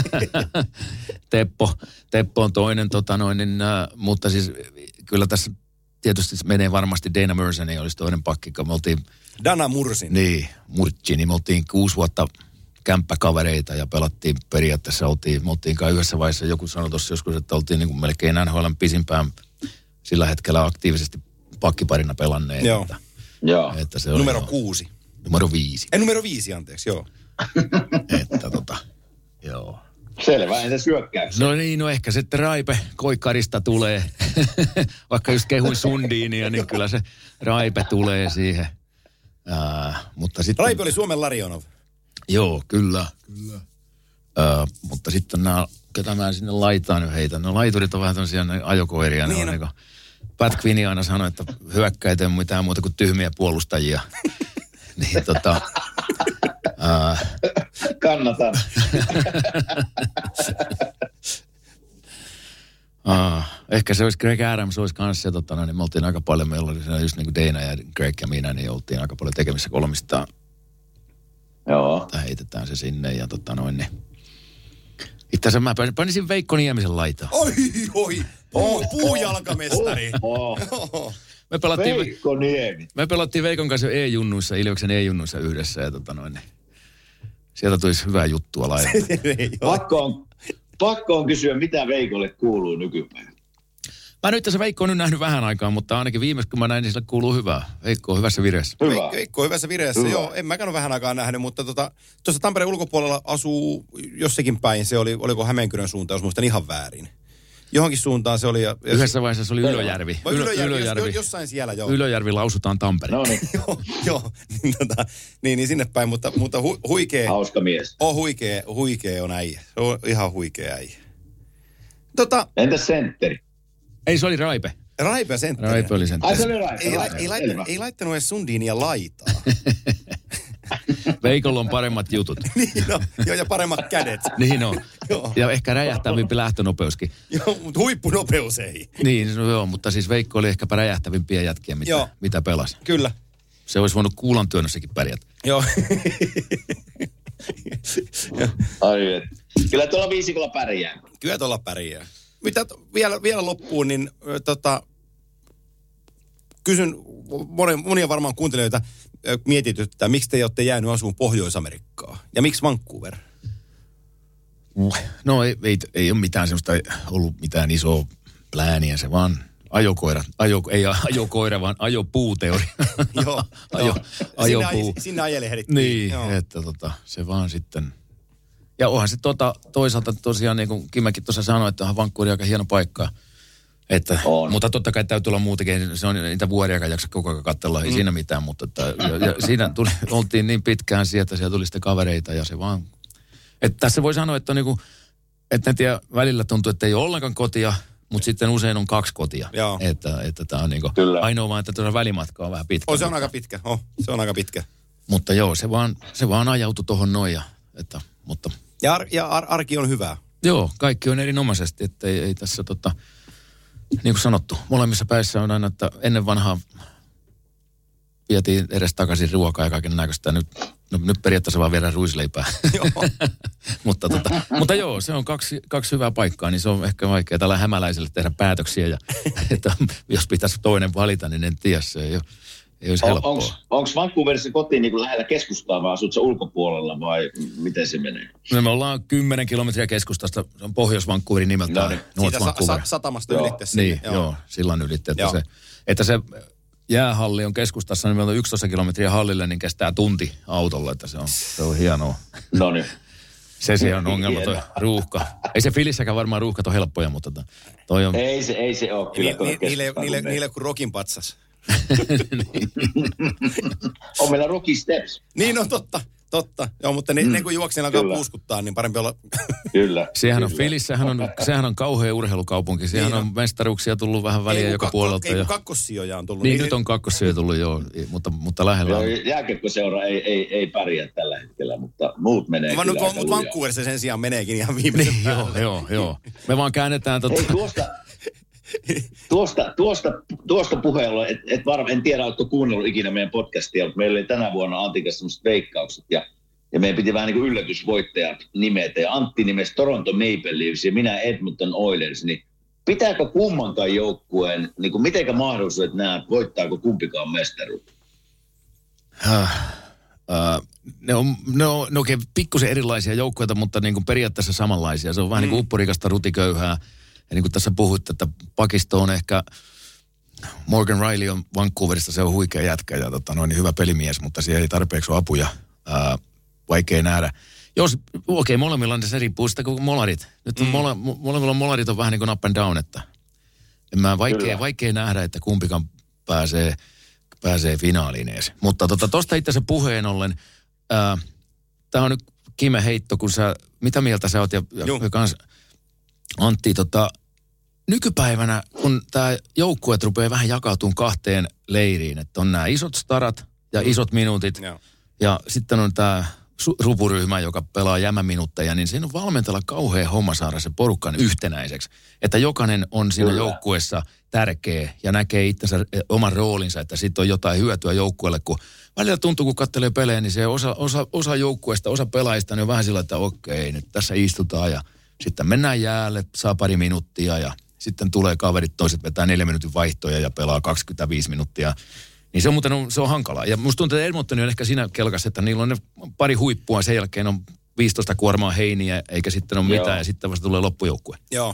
Teppo on toinen, mutta siis kyllä tässä tietysti menee varmasti Dana Merson, olisi toinen pakki, kun me oltiin... Dana Mursin. Niin, niin me oltiin 6 vuotta kämppäkavereita ja pelattiin periaatteessa, me oltiin kai yhdessä vaiheessa, joku sanoi tuossa joskus, että oltiin niin kuin melkein NHL:n pisimpään sillä hetkellä aktiivisesti pakkiparina pelanneet. Joo. Että se oli numero 6. Numero 5. Numero 5, anteeksi, joo. Että joo. Selvä, entä syökkäyksiä? No niin, ehkä sitten Raipe Koikkarista tulee. Vaikka just kehuin Sundiinia, niin kyllä se Raipe tulee siihen. Mutta sitten... Raipe oli Suomen Larionov. Joo, kyllä. Mutta sitten ketä mä sinne laitaan nyt heitä. No laiturit on vähän tämmöisiä ajokoiria. Niin ne on. Pat Quinn aina sanoi, että hyökkäitä ei ole mitään muuta kuin tyhmiä puolustajia. Niin kannatan. Ehkä se olisi Greg Adams, olisi kanssa se, niin me oltiin aika paljon, meillä oli just niin kuin Dana ja Greg ja minä, niin oltiin aika paljon tekemissä kolmistaan. Joo. Heitetään se sinne ja niin. Itse asiassa mä panisin Veikko Niemisen laitaan. Oi. Puujalkamestari. Veikko Niemi. Me pelattiin Veikon kanssa E-junnuissa, Ilveksen E-junnuissa yhdessä ja sieltä tulisi hyvää juttua laitaan. Pakko on kysyä, mitä Veikolle kuuluu nykypäivänä. Mä nyt tässä Veikko on nyt nähnyt vähän aikaa, mutta ainakin viimeis kun mä näin, niin sillä kuuluu hyvää. Veikko on hyvässä vireessä. Veikko on hyvässä vireessä, joo. En mäkään ole vähän aikaa nähnyt, mutta tuossa Tampereen ulkopuolella asuu jossakin päin. Se oliko Hämeenkyrön suuntaan, jos muistan ihan väärin. Johonkin suuntaan se oli. Yhdessä vaiheessa se oli Ylöjärvi. Ylöjärvi. Jossain siellä, joo. Ylöjärvi lausutaan Tampere. No niin. joo. Niin sinne päin, mutta huikea. Hauska mies. Huikea on äijä. Se on ihan huikea äijä. Entäs sentteri? Ei, se oli Raipe. Raipe sentteri. Raipe oli sentteri. Ai se oli Raipe. Ei laittanut edes Sundiinia laitaa. Veikolla on paremmat jutut. Niin on, joo, ja paremmat kädet. Niin on. Ja ehkä räjähtävimpi lähtönopeuskin. Joo, mutta huippunopeus ei. Niin, no joo, mutta siis Veikko oli ehkäpä räjähtävimpiä jätkiä, mitä pelasi. Kyllä. Se olisi voinut kuulantyönnössäkin pärjätä. Joo. Ai et. Kyllä tuolla viisikolla pärjää. Kyllä tuolla pärjää. Mitä vielä loppuun, niin kysyn monia varmaan kuuntelijoita mietityttää, miksi te olette jäänyt asuun Pohjois-Amerikkaan? Ja miksi Vancouver? No ei ole mitään semmoista ollut mitään isoa plääniä, se vaan ei ajokoira, vaan ajopuuteoria. Joo. Ajopuu. Sinne ajelehdittiin. Niin, joo. Että se vaan sitten... Ja onhan se toisaalta tosiaan, niin kuin Kimmäkin tuossa sanoi, että onhan Vancouver aika hieno paikka. Mutta totta kai täytyy olla muutakin, se on niitä vuoria, joka jaksa koko ajan katsella, ei siinä mitään, mutta siinä oltiin niin pitkään sieltä, siellä tuli sitten kavereita ja se vaan... Että tässä voi sanoa, että on niinku, että en tiedä, välillä tuntuu, että ei ole ollenkaan kotia, mutta sitten usein on 2 kotia. Joo. Että tämä on niinku ainoa vaan, että tuossa välimatka on vähän pitkä. Se on aika pitkä, se on aika pitkä. Mutta joo, se vaan ajautui tuohon noin mutta... Ja arki on hyvää. Joo, kaikki on erinomaisesti, että ei tässä niin kuin sanottu, molemmissa päissä on aina, että ennen vanhaa vietiin edes takaisin ruokaa ja kaiken näköistä. Nyt periaatteessa vaan viedään ruisleipää. mutta joo, se on kaksi hyvää paikkaa, niin se on ehkä vaikea tällä hämäläiselle tehdä päätöksiä. Ja, että jos pitäisi toinen valita, niin en tiedä, se ei olisi helppoa. Onko Vancouverissa kotiin niin kuin lähellä keskustaa vai asut sä ulkopuolella vai miten se menee? No, me ollaan 10 kilometriä keskustasta, se on Pohjois-Vancouverin nimeltään. Siitä satamasta ylitte. Niin, joo, sillan ylitte. Että se jäähalli on keskustassa, niin meillä on 11 kilometriä hallille, niin kestää tunti autolla, että se on hienoa. No niin. Se on ongelma, toi ruuhka. Ei se Filissäkään varmaan ruuhkat on helppoja, mutta toi on... Ei se ole kyllä. Niille kuin Rokin patsas. On meillä Rocky Steps. Niin on totta. Totta. Joo, mutta ne kun juokseen alkaa puuskuttaa, niin parempi olla... Kyllä. Sehän on kauhea urheilukaupunki. Sehän on mestaruuksia tullut vähän väliä joka puolelta. Ei kakkossijoja on tullut. Niin, nyt on kakkossijoja tullut, joo, mutta lähellä on. Jääkiekkoseura ei pärjää tällä hetkellä, mutta muut menee kyllä aika Mutta Vancouverissa sen sijaan meneekin ihan viimeisen päälle. Joo. Me vaan käännetään Tuosta puheella, en tiedä, oletko kuunnellut ikinä meidän podcastia, mutta meillä oli tänä vuonna Antikas sellaiset veikkaukset ja meidän piti vähän niin kuin yllätysvoittajat nimetä. Ja Antti nimesi Toronto Maple Leafs ja minä Edmonton Oilers, niin pitääkö kummankaan joukkueen, niin kuin mitenkä mahdollisuudet näet, voittaako kumpikaan mestaruutta? Ne on oikein pikkusen erilaisia joukkueita, mutta niin kuin periaatteessa samanlaisia. Se on vähän niin kuin upporikasta rutiköyhää. Ja niin kuin tässä puhuit, että pakisto on ehkä, Morgan Riley on Vancouverista, se on huikea jätkä ja niin hyvä pelimies, mutta siellä ei tarpeeksi ole apuja, vaikea nähdä. Molemmilla on se riippuu sitä kuin molarit. Nyt molemmilla molarit on vähän niin kuin up and down, että vaikea nähdä, että kumpikaan pääsee finaaliin edes. Mutta tuosta itse asiassa puheen ollen, tämä on nyt Kime heitto, kun mitä mieltä sä oot ja kans Antti, nykypäivänä, kun tämä joukkueet rupeaa vähän jakautumaan kahteen leiriin, että on nämä isot starat ja isot minuutit, ja sitten on tämä rupuryhmä, joka pelaa jämäminuutteja, niin siinä on valmentella kauhea homma saada se porukkan yhtenäiseksi, että jokainen on siinä joukkueessa tärkeä ja näkee itsensä oman roolinsa, että siitä on jotain hyötyä joukkueelle, kun välillä tuntuu, kun katselee pelejä, niin se osa joukkueesta, osa pelaajista, niin on vähän sillä, että okei, nyt tässä istutaan ja sitten mennään jäälle, saa pari minuuttia ja sitten tulee kaverit, toiset vetää 4 minuutin vaihtoja ja pelaa 25 minuuttia. Niin se on hankalaa. Ja musta tuntuu, että Edmonton on ehkä siinä kelkassa, että niillä on ne pari huippua, sen jälkeen on 15 kuormaa heiniä, eikä sitten ole mitään, ja sitten vasta tulee loppujoukkue. Joo,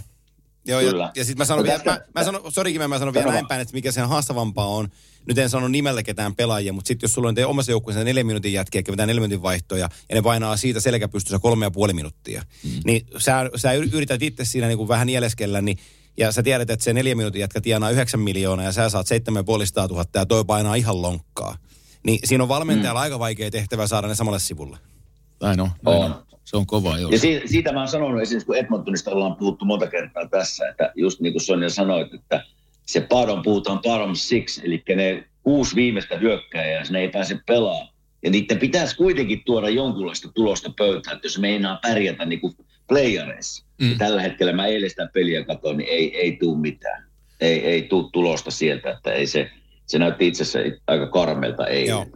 ja sitten mä sanon vielä, mä sanon vielä näin päin, että mikä sen haastavampaa on. Nyt en sano nimellä ketään pelaajia, mutta sitten jos sulla on teidän omassa joukkueessa 4 minuutin jätkiä, vetää 4 minuutin vaihtoja, ja ne painaa siitä selkäpystyssä 3,5 minuuttia. Niin sä yrität itse siinä niin kuin vähän nieleskellä, niin ja sä tiedät, että se 4 minuutin jätkä tienaa 9 miljoonaa ja sä saat 7,5 000 ja toi painaa ihan lonkkaa. Niin siinä on valmentajalla aika vaikea tehtävä saada ne samalle sivulle. Näin on. Se on kova, joo. Ja siitä mä oon sanonut esimerkiksi, kun Edmontonista ollaan puhuttu monta kertaa tässä, että just niin kuin Sonja sanoit, että se puhutaan bottom 6, eli ne 6 viimeistä hyökkääjää, ne ei pääse pelaamaan. Ja niiden pitäisi kuitenkin tuoda jonkunlaista tulosta pöytään, että jos me ei enää pärjätä niin kuin playareissa. Tällä hetkellä mä eilen sitä peliä katsoin, niin ei tule mitään. Ei tule tulosta sieltä, että ei se näytti itse asiassa aika karmeelta eilen.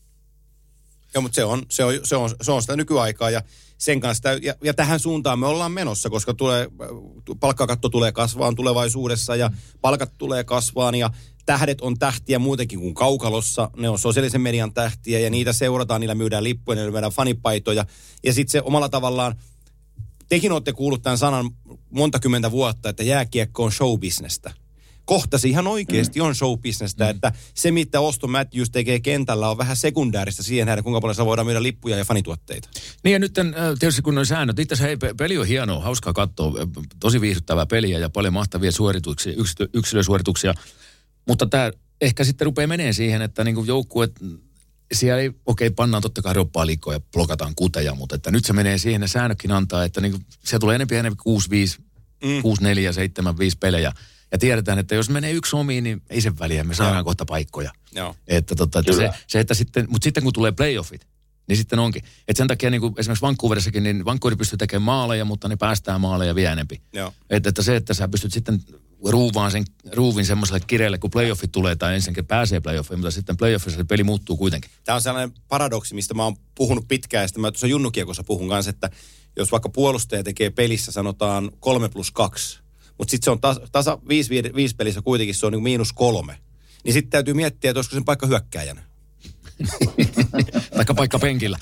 Joo, mutta se on sitä nykyaikaa ja sen kanssa, ja tähän suuntaan me ollaan menossa, koska palkkakatto tulee kasvaan tulevaisuudessa ja palkat tulee kasvaan ja tähdet on tähtiä muutenkin kuin kaukalossa. Ne on sosiaalisen median tähtiä ja niitä seurataan, niillä myydään lippuja, niillä myydään fanipaitoja. Ja sitten se omalla tavallaan, tekin olette kuullut tämän sanan monta kymmentä vuotta, että jääkiekko on showbisnestä. Kohta se ihan oikeasti on showbisnestä, että se mitä Auston Matthews tekee kentällä on vähän sekundääristä siihen nähdä, kuinka paljon se voidaan myydä lippuja ja fanituotteita. Niin ja nyt tietysti kun on säännöt, itse asiassa peli on hienoa, hauskaa katsoa, tosi viihdyttävää peliä ja paljon mahtavia suorituksia, yksilösuorituksia, mutta tämä ehkä sitten rupeaa menee siihen, että niinku joukkueet, siellä ei, pannaan totta kai roppaa liikoa ja blokataan kuteja, mutta että nyt se menee siihen, ne säännötkin antaa, että niinku, siellä tulee enemmän 6-5, 6-4, 7-5 pelejä. Ja tiedetään, että jos menee yksi omiin, niin ei sen väliä, me saadaan kohta paikkoja. Joo. Että mutta sitten kun tulee playoffit, niin sitten onkin. Että sen takia niin kuin esimerkiksi Vancouverissakin, niin Vancouver pystyy tekemään maaleja, mutta ne päästään maaleja vielä enempi. Että se, että sä pystyt sitten ruuvin semmoiselle kireelle, kun playoffit tulee, tai ensinnäkin pääsee playoffiin, mutta sitten playoffissa se peli muuttuu kuitenkin. Tämä on sellainen paradoksi, mistä mä oon puhunut pitkään, ja sitten mä tuossa Junnukiekossa puhun kanssa, että jos vaikka puolustaja tekee pelissä, sanotaan 3+2, mutta sitten se on tasa 5 pelissä kuitenkin, se on niin -3. Niin sitten täytyy miettiä, että olisiko sen paikka hyökkääjänä. Taikka paikka penkillä.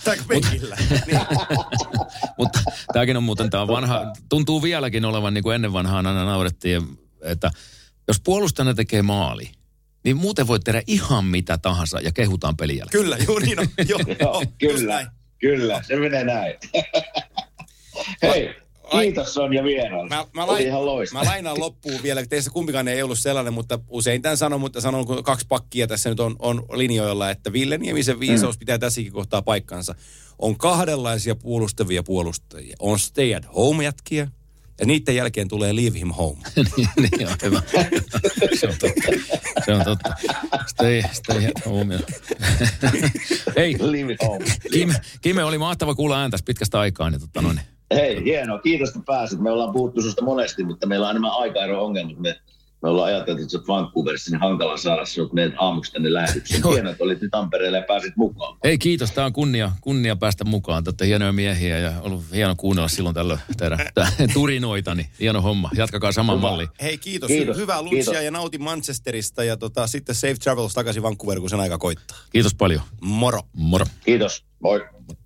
Mutta tämäkin on muuten, tämä on vanha, tuntuu vieläkin olevan niin kuin ennen vanhaan aina naurettiin, että jos puolustajana tekee maali, niin muuten voit tehdä ihan mitä tahansa ja kehutaan pelin jälkeen. Kyllä, juuri niin on. Kyllä, se menee näin. Hei. Kiitos Sonja vieraan. Oli ihan loistava. Mä lainaan loppuun vielä, teissä kumpikaan ei ollut sellainen, mutta usein tämän sanon, mutta sanon, kun 2 pakkia tässä nyt on linjoilla, että Ville Niemisen viisaus pitää tässäkin kohtaa paikkansa. On 2 puolustavia puolustajia. On stay at home jätkiä. Ja niiden jälkeen tulee leave him home. niin on hyvä. Se on totta. Stay at home. Hei, leave home. Kime, oli mahtava kuulla ääntäsi pitkästä aikaa. Niin Hei, hienoa. Kiitos, että pääsit. Me ollaan puhuttu susta monesti, mutta meillä on enemmän aikaero-ongelmat. Me ollaan ajateltu, että sä oot Vancouverissa, niin hankala saada sinut meidän aamuksi tänne lähetykseen. Hienoa, että olit nyt Tampereelle ja pääsit mukaan. Ei, kiitos. Tämä on kunnia päästä mukaan. Te olette hienoja miehiä ja ollut hieno kuunnella silloin tällöin teidän turinoita. Niin hieno homma. Jatkakaa saman malliin. Hei, kiitos. Hyvää luntsia ja nauti Manchesterista ja sitten safe travels takaisin Vancouver, kun sen aika koittaa. Kiitos paljon. Moro. Kiitos. Moi.